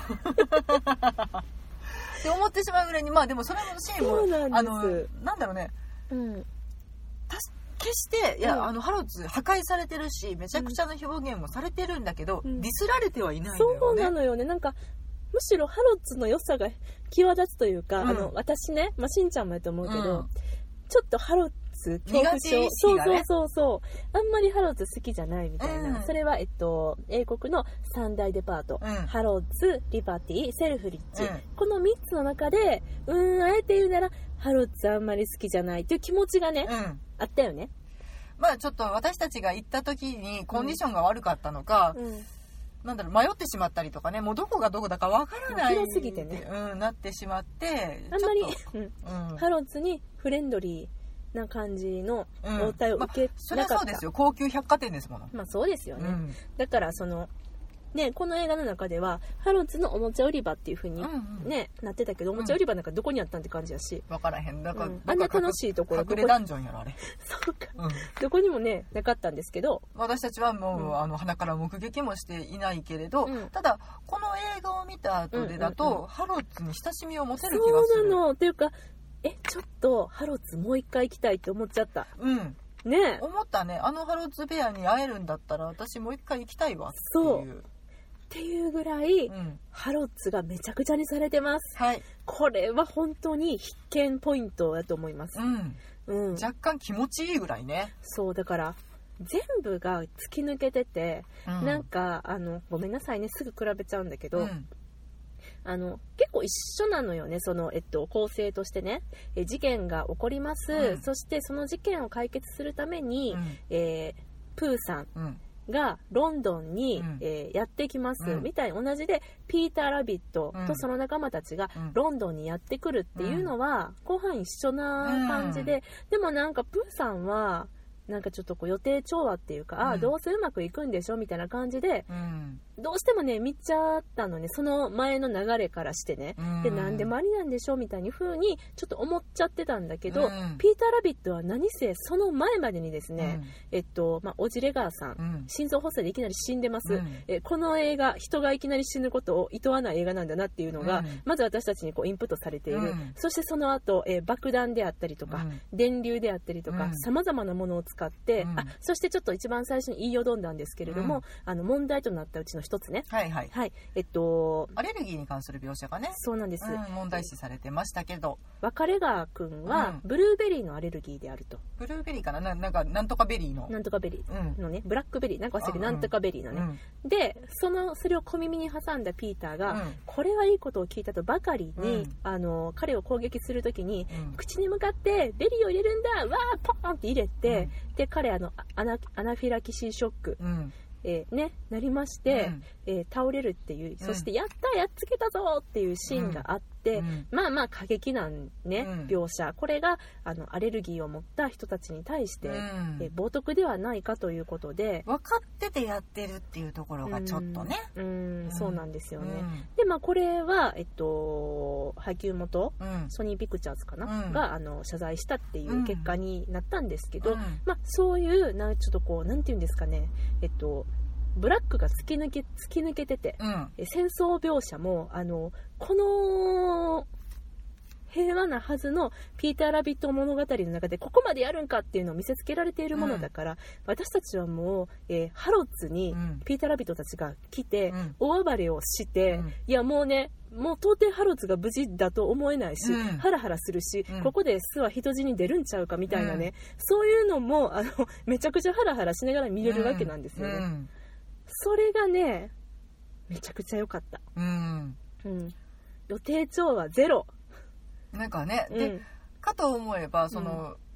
って思ってしまうぐらいに、まあでもそれのシーンもそうなんです。 あのなんだろうね、うん決していや、うん、あのハロッツ破壊されてるしめちゃくちゃな表現もされてるんだけど、うん、ディスられてはいないんだよね。 そうなのよね。なんかむしろハロッツの良さが際立つというか、うん、あの私ね、まあ、しんちゃんもやと思うけど、うん、ちょっとハロッツ恐怖症、ね、そうそうそうそうあんまりハロッツ好きじゃないみたいな、うん、それは、えっと、英国の三大デパート、うん、ハロッツ、リバティ、セルフリッチ、うん、このみっつの中でうーんあえて言うならハロッツあんまり好きじゃないっていう気持ちがね、うん、あったよね。 まあちょっと私たちが行った時にコンディションが悪かったのか、うん、なんだろう迷ってしまったりとかね、もうどこがどこだかわからない広すぎてね、 うん、なってしまってあんまり、うんうん、ハロッツにフレンドリーな感じの応対を受けなかった、うんまあ、 それはそうですよ、高級百貨店ですもの。 まあそうですよね、うん、だからそのね、この映画の中ではハロッツのおもちゃ売り場っていう風に、ねうんうん、なってたけど、おもちゃ売り場なんかどこにあったんって感じやし、 分からへん。だから、うん、 あんな楽しいところ隠れダンジョンやろあれそうか、うん、どこにもねなかったんですけど、 私たちはもう、うん、あの鼻から目撃もしていないけれど、うん、ただこの映画を見た後でだと、うんうんうん、ハロッツに親しみを持てる気がする。 そうなのっていうか、えちょっとハロッツもう一回行きたいって思っちゃった。 うんね、 思ったね。あのハロッツベアに会えるんだったら私もう一回行きたいわっていう。そうっていうぐらい、うん、ハロッツがめちゃくちゃにされてます、 はい、 これは本当に必見ポイントだと思います、 うんうん、若干気持ちいいぐらいね。 そうだから全部が突き抜けてて、うん、なんかあのごめんなさいねすぐ比べちゃうんだけど、うん、あの結構一緒なのよね、その、えっと、構成としてね。え事件が起こります、うん、そしてその事件を解決するために、うんえー、プーさん、うんがロンドンに、うんえー、やってきます、うん、みたいに同じでピーター・ラビットとその仲間たちがロンドンにやってくるっていうのは、うん、後半一緒な感じで、うん、でもなんかプーさんはなんかちょっとこう予定調和っていうか、うん、あどうせうまくいくんでしょみたいな感じで、うん、どうしてもね見ちゃったのね、その前の流れからしてね、うん、でなんでもありなんでしょみたいに風にちょっと思っちゃってたんだけど、うん、ピーター・ラビットは何せその前までにですね、うん、えっとまあオジレガーさん、うん、心臓発作でいきなり死んでます、うん、えこの映画人がいきなり死ぬことを厭わない映画なんだなっていうのが、うん、まず私たちにこうインプットされている、うん、そしてその後、えー、爆弾であったりとか、うん、電流であったりとかさまざまなものを使って、うん、あそしてちょっと一番最初に言いよどんだんですけれども、うん、あの問題となったうちの一つね、 はいはいはい、えっとアレルギーに関する描写がね、 そうなんです、 うん、問題視されてましたけど、 別れ川くんはブルーベリーのアレルギーであると、 ブルーベリーかな、な、なんかなんとかベリーのなんとかベリーのね、うん、ブラックベリーなんか忘れてなんとかベリーのね、うん、でそのそれを小耳に挟んだピーターが、うん、これはいいことを聞いたとばかりに、うん、あの彼を攻撃するときに、うん、口に向かってベリーを入れるんだわーポーンって入れて、うん、で彼あのアナ、アナフィラキシーショック、うんえーね、なりまして、うんえー、倒れるっていう、そしてやったやっつけたぞっていうシーンがあって、うん、まあまあ過激な、ねうん、描写、これがあのアレルギーを持った人たちに対して、うんえー、冒涜ではないかということで、 分かっててやってるっていうところがちょっとね、 うん、うん、そうなんですよね、うん、でまあこれはえっと配給元、うん、ソニーピクチャーズかな、うん、があの謝罪したっていう結果になったんですけど、うん、まあそういうなちょっとこうなんていうんですかね、えっとブラックが突き抜け、突き抜けてて、うん、戦争描写もあのこの平和なはずのピーター・ラビット物語の中でここまでやるんかっていうのを見せつけられているものだから、うん、私たちはもう、えー、ハロッツにピーター・ラビットたちが来て、うん、大暴れをして、うん、いやもうねもう到底ハロッツが無事だと思えないし、うん、ハラハラするし、うん、ここで巣は人死に出るんちゃうかみたいなね、うん、そういうのもあのめちゃくちゃハラハラしながら見れるわけなんですよね、うんうんそれがねめちゃくちゃ良かった、うんうん、予定調和ゼロなんかね、うん、でかと思えばその、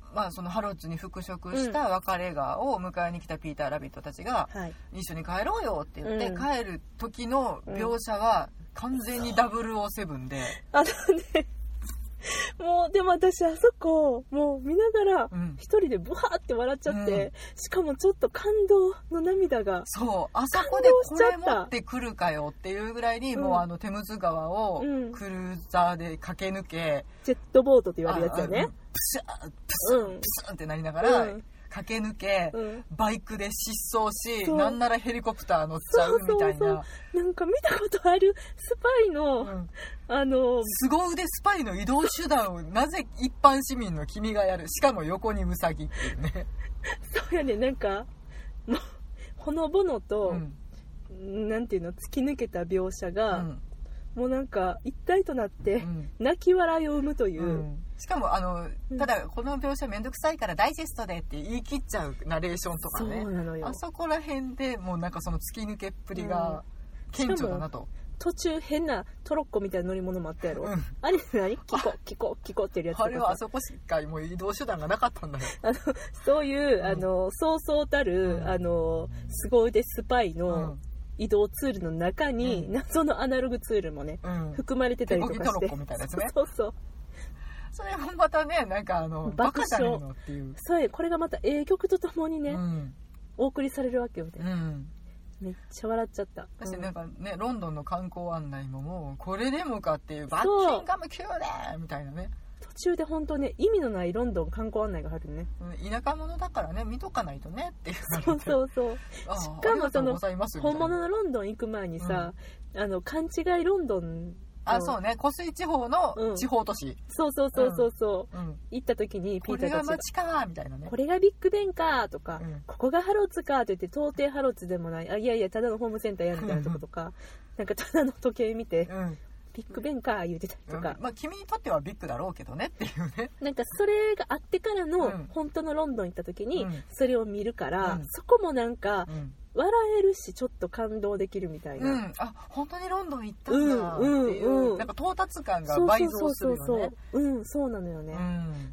まあ、そのハロッズに復職した別れ川を迎えに来たピーター・ラビットたちが、 はい、 一緒に帰ろうよって言って、 うん、 帰る時の描写は完全にダブルオーセブンで、 あのねもうでも私あそこもう見ながら一人でブワーって笑っちゃって、うん、しかもちょっと感動の涙が、 そうあそこでこれ持ってくるかよっていうぐらいに、うん、もうあのテムズ川をクルーザーで駆け抜け、 うん、ジェットボートって言われるやつよね、 プシャープスン、うん、プスンってなりながら、うん駆け抜け、うん、バイクで疾走し、なんならヘリコプター乗っちゃうみたいな。そうそうそうなんか見たことあるスパイの、うん、あの凄腕スパイの移動手段をなぜ一般市民の君がやる、しかも横にウサギっていうね。 そうやね、なんかもうほのぼのと、うん、なんていうの突き抜けた描写が、うん、もうなんか一体となって泣き笑いを生むという。うんしかもあのただこの描写めんどくさいからダイジェストでって言い切っちゃうナレーションとかね、 そうなのよ。 あそこら辺でもうなんかその突き抜けっぷりが顕著だなと、うん、 途中変なトロッコみたいな乗り物もあったやろ、うん、あれ何キコキコキコってるやつとか、 あれはあそこしかもう移動手段がなかったんだよ。 あのそういう、うん、あのそうそうたる、うん、あの凄腕スパイの、うん移動ツールの中に、うん、謎のアナログツールもね、うん、含まれてたりとかして、 手こぎトロッコみたいなやつね。 そうそうそれもまたね、なんかあのバカじゃねえのっていう。 そうこれがまたええ曲とともにね、うん、お送りされるわけよね、うん、めっちゃ笑っちゃった。 私なんかね、ロンドンの観光案内ももうこれでもかっていう、バッキンガム宮殿みたいなね。 途中で本当ね意味のないロンドン観光案内が入るね。 田舎者だからね見とかないとねっていう。 そうそうそう。しかもその本物のロンドン行く前にさ、うん、あの勘違いロンドンあそうね湖水地方の地方都市、うん、 そうそうそうそうそう、うん、行った時にピーターたちがこれが街かみたいなね、 これがビッグベンかとか、うん、ここがハロッズかって言って到底ハロッズでもない、あいやいやただのホームセンターやみたいなとことかなんかただの時計見て、うんビッグベンか言うてたりとか、 うん、まあ君にとってはビッグだろうけどねっていうね。 なんかそれがあってからの本当のロンドン行った時にそれを見るから、うん、そこもなんか笑えるしちょっと感動できるみたいな、 うん、あ本当にロンドン行ったんだっていう、うんうん、なんか到達感が倍増するよね。そうそうそうそう、うん、そうなのよね、うん、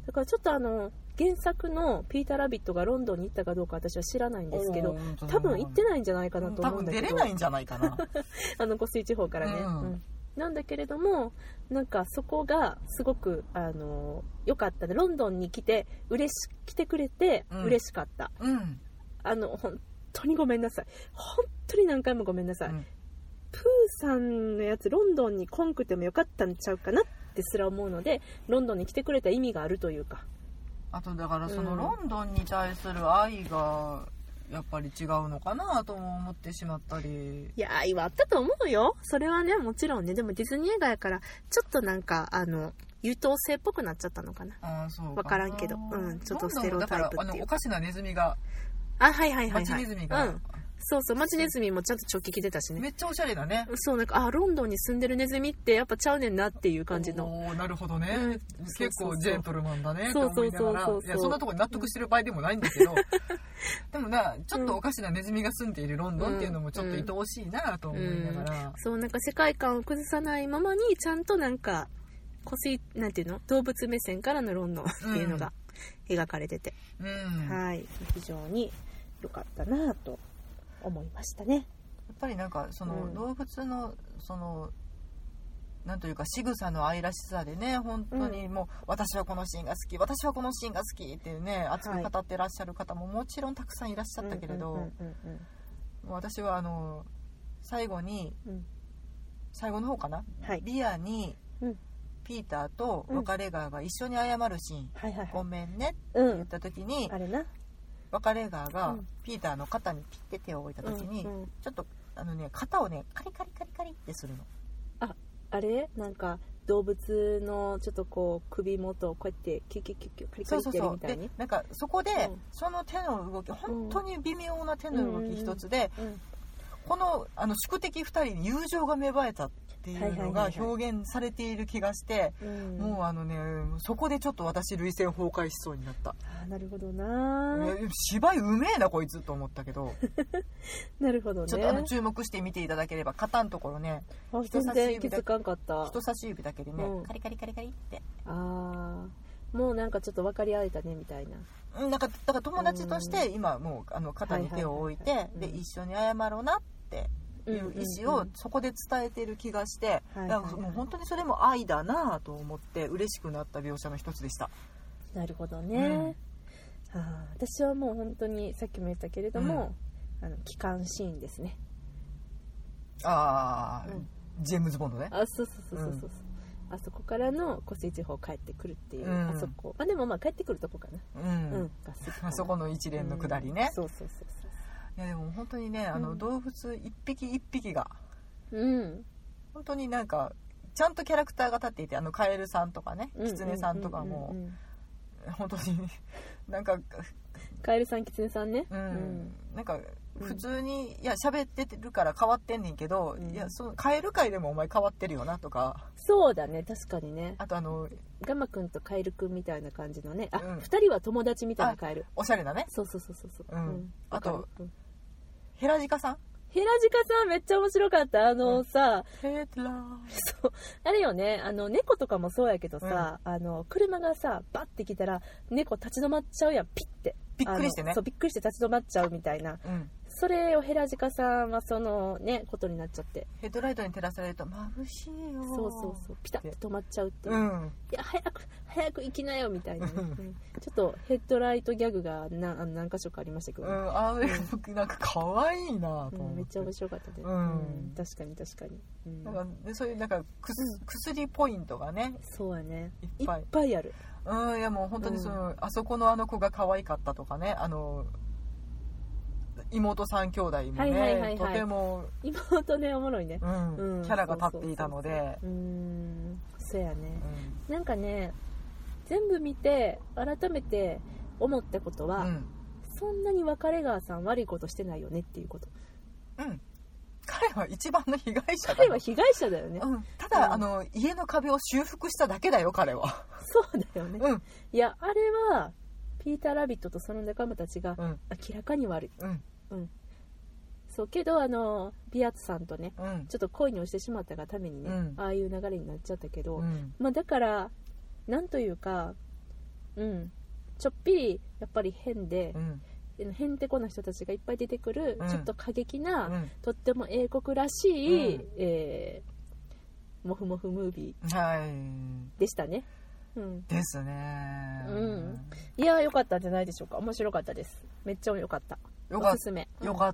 だからちょっとあの原作のピーター・ラビットがロンドンに行ったかどうか私は知らないんですけど、多分行ってないんじゃないかなと思うんだけど、 多分出れないんじゃないかなあの湖水地方からね、うんうんなんだけれどもなんかそこがすごくあの良かったね。ロンドンに来て嬉し来てくれて嬉しかった、うん、あの本当にごめんなさい本当に何回もごめんなさい、うん、プーさんのやつロンドンに来んくてもよかったんちゃうかなってすら思うのでロンドンに来てくれた意味があるというか、 あとだからそのロンドンに対する愛がやっぱり違うのかなとも思ってしまったり。 いや愛はあったと思うよそれはねもちろんね。でもディズニー映画やからちょっとなんかあの優等生っぽくなっちゃったのかな。 あそうかな分からんけど、うん、ちょっとステロタイプっていう。だからあのおかしなネズミがあはいはいはいはい町ネズミが、 うんそうそう町ネズミもちゃんと直撃出たしね。 めっちゃおしゃれだね。 そうなんかあロンドンに住んでるネズミってやっぱちゃうねんなっていう感じの。 おなるほどね、うん、結構ジェントルマンだねって思いながら、いやそんなとこに納得してる場合でもないんだけど、うん、でもなちょっとおかしなネズミが住んでいるロンドンっていうのもちょっと愛おしいなと思いながら、うんうん、 そうなんか世界観を崩さないままにちゃんとなんか個性なんていうの動物目線からのロンドンっていうのが描かれてて、うん、はい非常に良かったなと思いましたね。やっぱりなんかその動物のそのなんというか仕草の愛らしさでね本当にもう私はこのシーンが好き私はこのシーンが好きっていうね熱く語ってらっしゃる方ももちろんたくさんいらっしゃったけれど、私はあの最後に、うん、最後の方かな、はい、リアに、うん、ピーターと別れ川が一緒に謝るシーン、うんはいはいはい、ごめんねって言った時に、うん、あれな別れ川がピーターの肩にピッて手を置いた時に、うんうん、ちょっとあのね肩をねカリカリカリカリってするの。 あ、あれなんか動物のちょっとこう首元をこうやってキュキュキュキュカリカリってやるみたいに。そうそうそう。でなんかそこで、うん、その手の動き本当に微妙な手の動き一つで、うんうんうん、このあの宿敵ふたりに友情が芽生えたっていうのが表現されている気がして、もうあのねそこでちょっと私涙腺崩壊しそうになった。あなるほどな。 芝居うめえなこいつと思ったけどなるほどね。 ちょっとあの注目して見ていただければ肩のところね人差し指だ人差し指だけでね、うん、カリカリカリカリってあもうなんかちょっと分かり合えたねみたいな。 なんかだから友達として今もうあの肩に手を置いて、で一緒に謝ろうなっていう意思をそこで伝えている気がして、もう本当にそれも愛だなと思って嬉しくなった描写の一つでした。 なるほどね、うん、はあ、私はもう本当にさっきも言ったけれども、うん、あの帰還シーンですね。 ああ、うん、ジェームズ・ボンドね。 あ、そうそうそうそうそう、うん、あそこからの湖水地方帰ってくるっていう、うん、あそこ、まあ、でもまあ帰ってくるとこかな、うんうん、 あそこの一連の下りね、 うん、そうそうそうそう。 いやでも本当にね、あの動物一匹一匹が、うん、本当になんかちゃんとキャラクターが立っていて、あのカエルさんとかね、キツネさんとかも、うんうんうんうん、本当になんかカエルさんキツネさんね、 うんうん、なんか普通に、いや喋ってるから変わってんねんけど、うん、いやそのカエル界でもお前変わってるよなとか。 そうだね、確かにね。 あとあのガマくんとカエルくんみたいな感じのね、あ、うん、ふたりは友達みたいなカエル、 おしゃれなね。 そうそうそうそうそう、 うんうん、あと、うん、ヘラジカさんヘラジカさんめっちゃ面白かった。あのさ、 うん、ヘラそうあれよね、あの猫とかもそうやけどさ、うん、あの車がさバッて来たら猫立ち止まっちゃうやん、ピッてびっくりしてね。 そうびっくりして立ち止まっちゃうみたいな、うん、それをヘラジカさんはそのねことになっちゃって、 ヘッドライトに照らされると眩しいよ、 そうそうそう、ピタッと止まっちゃうっていう、うん、いや早く早く行きなよみたいな、ね、うん、ちょっとヘッドライトギャグがな何箇所かありましたけど、ね、うん、 あれ、うん、なんか可愛いなと思って、 うん、めっちゃ面白かったです、うんうん、確かに確かに、うん、 なんかでそういうなんかくす、うん、薬ポイントがね、 そうやね、いっぱいいっぱいある。 うん、いやもう本当にその、うん、あそこのあの子が可愛かったとかね、あの妹さん兄弟もね、はいはいはいはい、とても妹ねおもろいね、 うんうん、キャラが立っていたので、 うーん、そうやね、うん、なんかね全部見て改めて思ったことは、うん、そんなに別れ川さん悪いことしてないよねっていうこと。 うん、彼は一番の被害者だよ。 彼は被害者だよね、 うん、ただ、うん、あの家の壁を修復しただけだよ彼は。 そうだよね、うん、いやあれはピーター・ラビットとその仲間たちが明らかに悪い、うんうん、そうけどあのビアツさんとね、うん、ちょっと恋に落ちてしまったがためにね、うん、ああいう流れになっちゃったけど、うんまあ、だからなんというか、うん、ちょっぴりやっぱり変で、うん、へんてこな人たちがいっぱい出てくる、うん、ちょっと過激な、うん、とっても英国らしい、うんえー、モフモフムービーでしたね、はいうん、 ですね、 うん、いや良かったんじゃないでしょうか。面白かったです。めっちゃ良かった。 よかおすすめ。 よかった、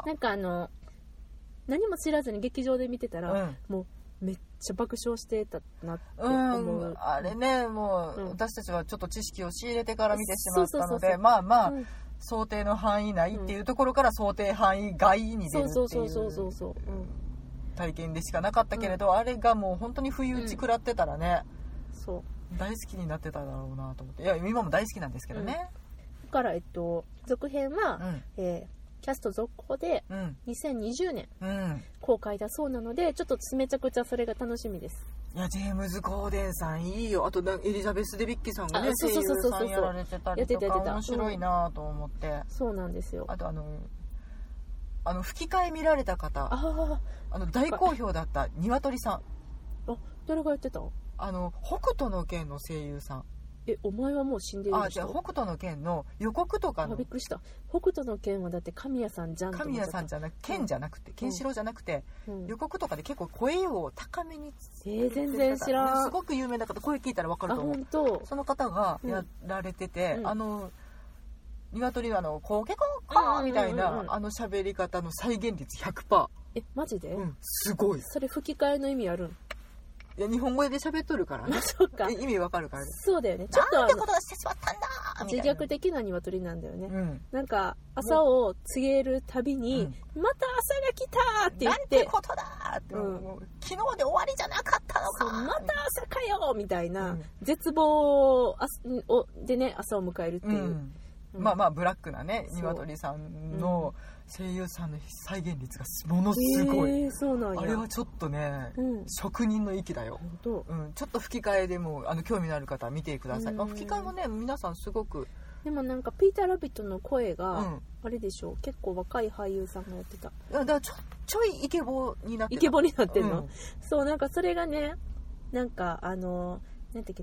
うん、なんかあの何も知らずに劇場で見てたら、うん、もうめっちゃ爆笑してたなって思う、 うん、あれねもう、うん、私たちはちょっと知識を仕入れてから見てしまったのでまあまあ、うん、想定の範囲内っていうところから想定範囲外に出るっていう体験でしかなかったけれど、うん、あれがもう本当に不意打ち食らってたらね、うん、そう大好きになってただろうなと思って。いや今も大好きなんですけどね、 うん、だからえっと続編は、うんえーキャスト続行でにせんにじゅうねん公開だそうなので、ちょっとめちゃくちゃそれが楽しみです。 いやジェームズ・コーデンさんいいよ。あとエリザベス・デビッキさんがね声優さんやられてたりとか面白いなと思って、うん、 そうなんですよ。 あとあのあの吹き替え見られた方 あ, あの大好評だった鶏さん。 あ誰がやってた？ あの北斗の拳の声優さん。 えお前はもう死んでいるでしょ。 あじゃあ北斗の拳の予告とかの。 あびっくりした。北斗の拳はだって神谷さんじゃん。 神谷さんじゃなく剣じゃなくて、うん、ケンシロウじゃなくて、うん、予告とかで結構声を高めにつけて、 えー、全然知らん。 すごく有名な方、声聞いたら分かると思う。あ本当。その方がやられてて、うん、あの鶏のあのコケコッカーみたいな、うんうんうん、あの喋り方の再現率 ひゃくパーセント。 えマジで？ うんすごい。 それ吹き替えの意味あるん？ いや日本語で喋っとるからね。 そうか。 意味わかるからね。 そうだよね。ちょっとなんてことしてしまったんだみたいな。 自虐的な鶏なんだよね。うん、なんか朝を告げるたびに、うん、また朝が来たって言って。 なんてことだって、うん、昨日で終わりじゃなかったのか。 また朝かよみたいな、うん、絶望をでね朝を迎えるっていう。うんうん、まあまあブラックなね鶏さんの声優さんの再現率がものすごい、 えー、そうなんや。 あれはちょっとね、うん、職人の域だよ、うん、ちょっと吹き替えでもあの興味のある方は見てください、まあ、吹き替えもね皆さんすごく。 でもなんかピーター・ラビットの声が、うん、あれでしょ結構若い俳優さんがやってた。 だからちょ、ちょいイケボになってた。 イケボになってんの、うん、そうなんかそれがねなんかあのなんていうかな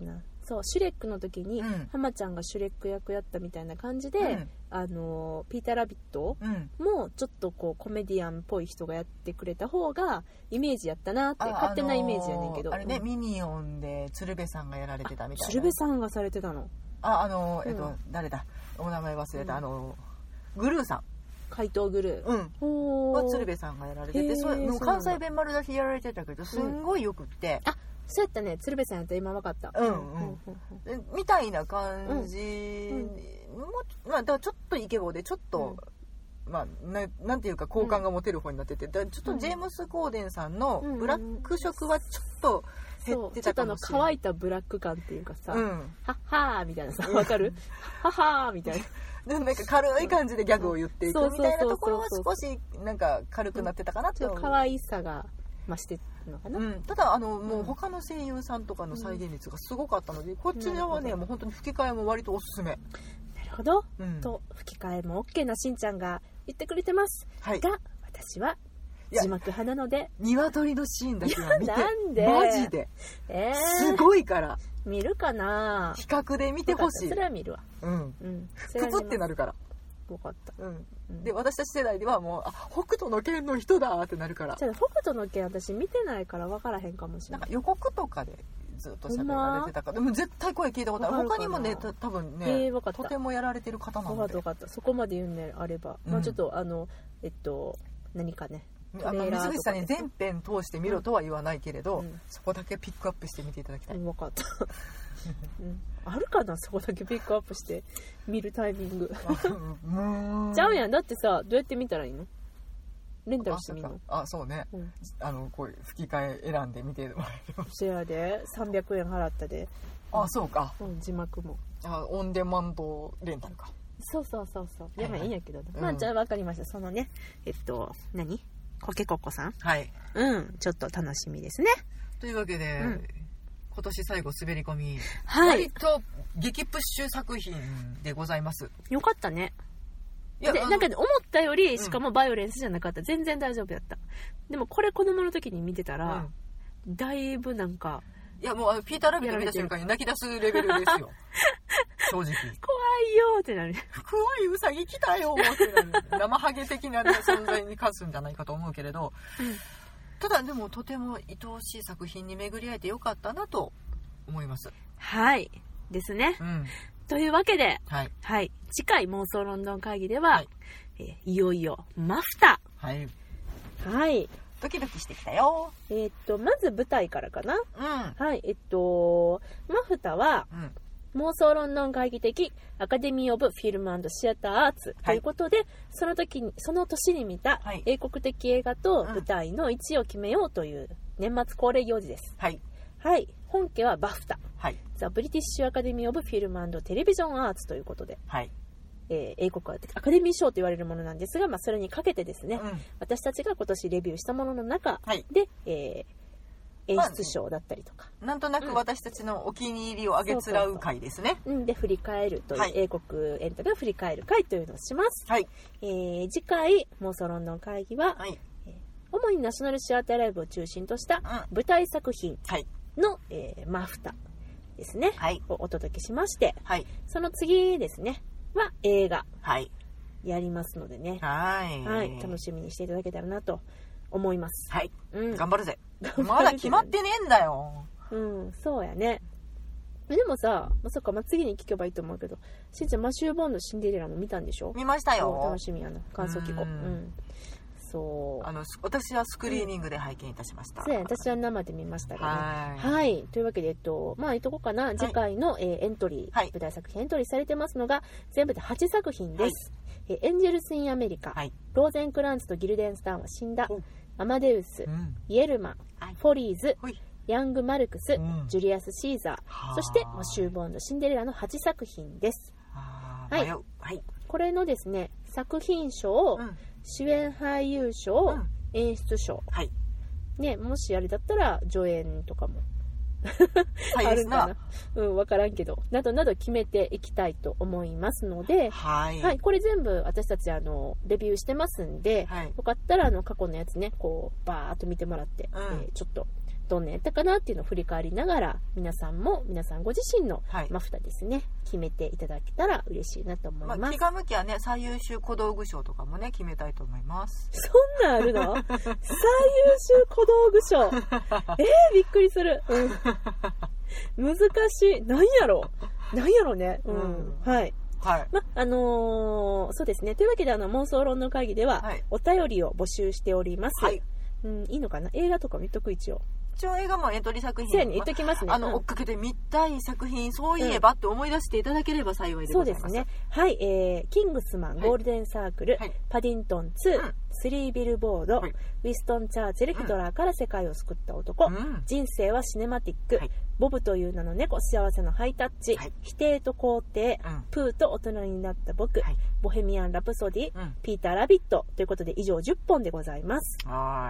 そうシュレックの時に、うん、浜ちゃんがシュレック役やったみたいな感じで、うん、あのピーターラビットもちょっとこうコメディアンっぽい人がやってくれた方がイメージやったなって勝手なイメージやねんけど、 あれね、うん、ミニオンで鶴瓶さんがやられてたみたいな。 鶴瓶さんがされてたの。 ああのえっと、うん、誰だお名前忘れた、うん、あのグルーさん、 怪盗グルー、 うん、は鶴瓶さんがやられてて、それもう関西弁丸出しやられてたけどすんごいよくって、 うん、あそうやったね、鶴瓶さんやったら今分かった、 うんうんうん、みたいな感じ、うんうん、もまあ、だからちょっとイケボでちょっと、うん、まあ、な, なんていうか好感が持てる方になってて、だちょっとジェームス・コーデンさんのブラック色はちょっと減ってたかもしれない。 ちょっとあの乾いたブラック感っていうかさ、うん、はっはーみたいなさ、わかるはっはーみたいなでなんか軽い感じでギャグを言っていくみたいなところは少しなんか軽くなってたかなって思う。 可愛さが増してるのかな、 うん、ただあのもう他の声優さんとかの再現率がすごかったので、こちらはね、もう本当に吹き替えも割とおすすめ。なるほど、うん、と吹き替えも OK なしんちゃんが言ってくれてます、はい、が私は字幕派なので鶏のシーンだけは見てなんでマジで、えー、すごいから見るかな。 比較で見てほしい。 それは見るわ。 うん、うん、ププってなるからよかった、 うんうん、で私たち世代ではもうあ北斗の拳の人だってなるから。 じゃあ北斗の拳私見てないから分からへんかもしれない。 なんか予告とかでずっと喋られてたから、でも絶対声聞いたことある。他にもねた多分ね、えー、とてもやられてる方なので。分かった分かった。そこまで言うんであれば、うん、まあちょっとあのえっと何かねあの水口さんに全編通して見ろとは言わないけれど、うん、そこだけピックアップして見ていただきたい。 うん、分かった、うん、あるかなそこだけピックアップして見るタイミングちゃうやん。だってさどうやって見たらいいの？レンタルしてみるの？ あ、そうね、うん、あのこう吹き替え選んで見てもらえる。 そやでさんびゃくえん払ったで。 あ、そうか、 うん、字幕もあオンデマンドレンタルか。 そうそうそうそう。いやまあいいんやけど、はいはい、まあじゃあ分かりました。そのねえっと何コケコッコさん、 はいうんちょっと楽しみですね。 というわけで、うん、今年最後滑り込み、 はい、 割と激プッシュ作品でございます。 よかったね。いやでなんか思ったよりしかもバイオレンスじゃなかった、うん、全然大丈夫やった。でもこれ子供の時に見てたら、うん、だいぶなんかいやもうピーターラビット見た瞬間に泣き出すレベルですよ正直怖いよってなる。 怖いウサギ来たよってなる生ハゲ的な、ね、存在に勝つんじゃないかと思うけれど、うん、ただでもとても愛おしい作品に巡り合えてよかったなと思います。 はいですね、うん、というわけで、はいはい、次回妄想ロンドン会議では、はいえー、いよいよマフタはい、 はい、 ドキドキしてきたよ。 えー、っとまず舞台からかな、 うん、 はいえっとマフタは、うん、妄想ロンドン会議的アカデミー・オブ・フィルム&シアター・アーツということで、はい、その時にその年に見た英国的映画と舞台のいちいを決めようという年末恒例行事です。 はい、 はい、本家はバフタ、 はい、 ザ・ブリティッシュ・アカデミー・オブ・フィルム&テレビジョン・アーツということで、 はいえー、英国はアカデミー賞と言われるものなんですが、まあ、それにかけてですね、うん、私たちが今年レビューしたものの中で、はいえー、演出賞だったりとか、 まあ、なんとなく私たちのお気に入りをあげつらう回ですね。 そうそうそう、うん、で振り返るという、はい、英国エンタメを振り返る回というのをします、 はいえー、次回妄想ロンドン会議は、はいえー、主にナショナルシアターライブを中心とした舞台作品の、うんえー、マフタですね、 はい、 をお届けしまして、 はい、 その次ですねは映画、 はい、 やりますのでね、 はい、 はい、楽しみにしていただけたらなと思います。 はい、 うん、 頑張るぜ。まだ決まってねえんだよ。 うん、そうやね。でもさ、まさか、まあ、次に聞けばいいと思うけど、しんちゃんマシュー・ボーンのシンデレラも見たんでしょ？ 見ましたよ。 楽しみやな。感想聞こう。うん。そう。 あの私はスクリーニングで拝見いたしました。 うん、そうや、私は生で見ましたけど、ね。 はい。 はい。というわけで、えっと、まあ、いとこかな。次回の、はいえー、エントリー、はい、舞台作品エントリーされてますのが、全部ではちさく品です。はい、えー、エンジェルス・イン・アメリカ、はい、ローゼンクランツとギルデンスターンは死んだ、アマデウス、うん、イエルマン、はい、フォリーズ、ヤング・マルクス、うん、ジュリアス・シーザー、そしてマシュー・ボーンのシンデレラのはちさく品です。 はい、 はい、これのですね、作品賞、うん、主演俳優賞、うん、演出賞、 はいね、もしあれだったら助演とかもあるかな、うん、分からんけどなどなど決めていきたいと思いますので、 はい、 はい、これ全部私たちあのレビューしてますんで、はい、よかったらあの過去のやつねこうバーっと見てもらって、うんえー、ちょっとどんなやったかなっていうのを振り返りながら、皆さんも皆さんご自身のマフタですね、はい、決めていただけたら嬉しいなと思います。まあ、 気が向きはね、最優秀小道具賞とかもね決めたいと思います。 そんなんあるの？最優秀小道具賞。えー、びっくりする。うん、難しい。なんやろ。なんやろね。うん。うん、はい。はい。ま、あのー、そうですね。というわけで、あの、妄想論の会議では、はい、お便りを募集しております。はい。うん、いいのかな？映画とか見とく一応。 一応映画もエントリー作品。 そうやね、言っときますね。 あの、うん、追っかけて見たい作品、そういえばって思い出していただければ幸いでございます。 そうですね。はい、えー、キングスマン、ゴールデンサークル、はい、パディントンツー、うん、スリービルボード、はい、ウィストン・チャーチル、ヒトラーから世界を救った男、うん、人生はシネマティック、はい、ボブという名の猫、幸せのハイタッチ、はい、否定と肯定、うん、プーと大人になった僕、はい、ボヘミアン・ラプソディ、うん、ピーター・ラビットということで以上じゅっぽんでございます。 はい。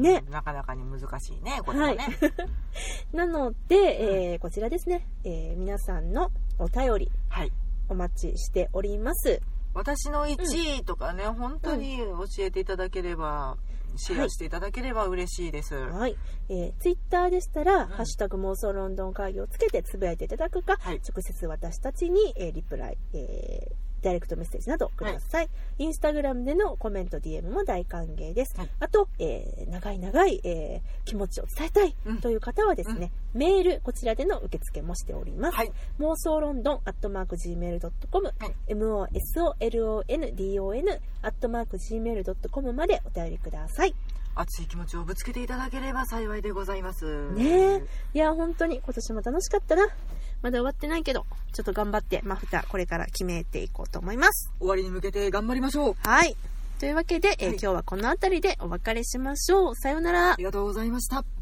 ね。なかなかに難しいね、これもね。はい、 なので、えー、こちらですね、えー、皆さんのお便り、はい、お待ちしております。 私のいちいとかね、うん、本当に教えていただければ、うん、シェアしていただければ嬉しいです。 はい。えー、ツイッターでしたら、うん、ハッシュタグ妄想ロンドン会議をつけてつぶやいていただくか、はい、直接私たちに、えー、リプライ、えーダイレクトメッセージなどください。はい、インスタグラムでのコメント ディーエム も大歓迎です。はい、あと、えー、長い長い、えー、気持ちを伝えたいという方はですね、うん、メールこちらでの受付もしております。はい、妄想ロンドンアットマーク ジーメールドットコム、はい、エムオーエスオーエルオーエヌディーオーエヌ アットマーク ジーメールドットコムまでお便りください。 熱い気持ちをぶつけていただければ幸いでございます。 ねえ、いや本当に今年も楽しかったな。まだ終わってないけど、ちょっと頑張ってマフタこれから決めていこうと思います。 終わりに向けて頑張りましょう。 はい。というわけで、はい、えー、今日はこの辺りでお別れしましょう。さようなら。 ありがとうございました。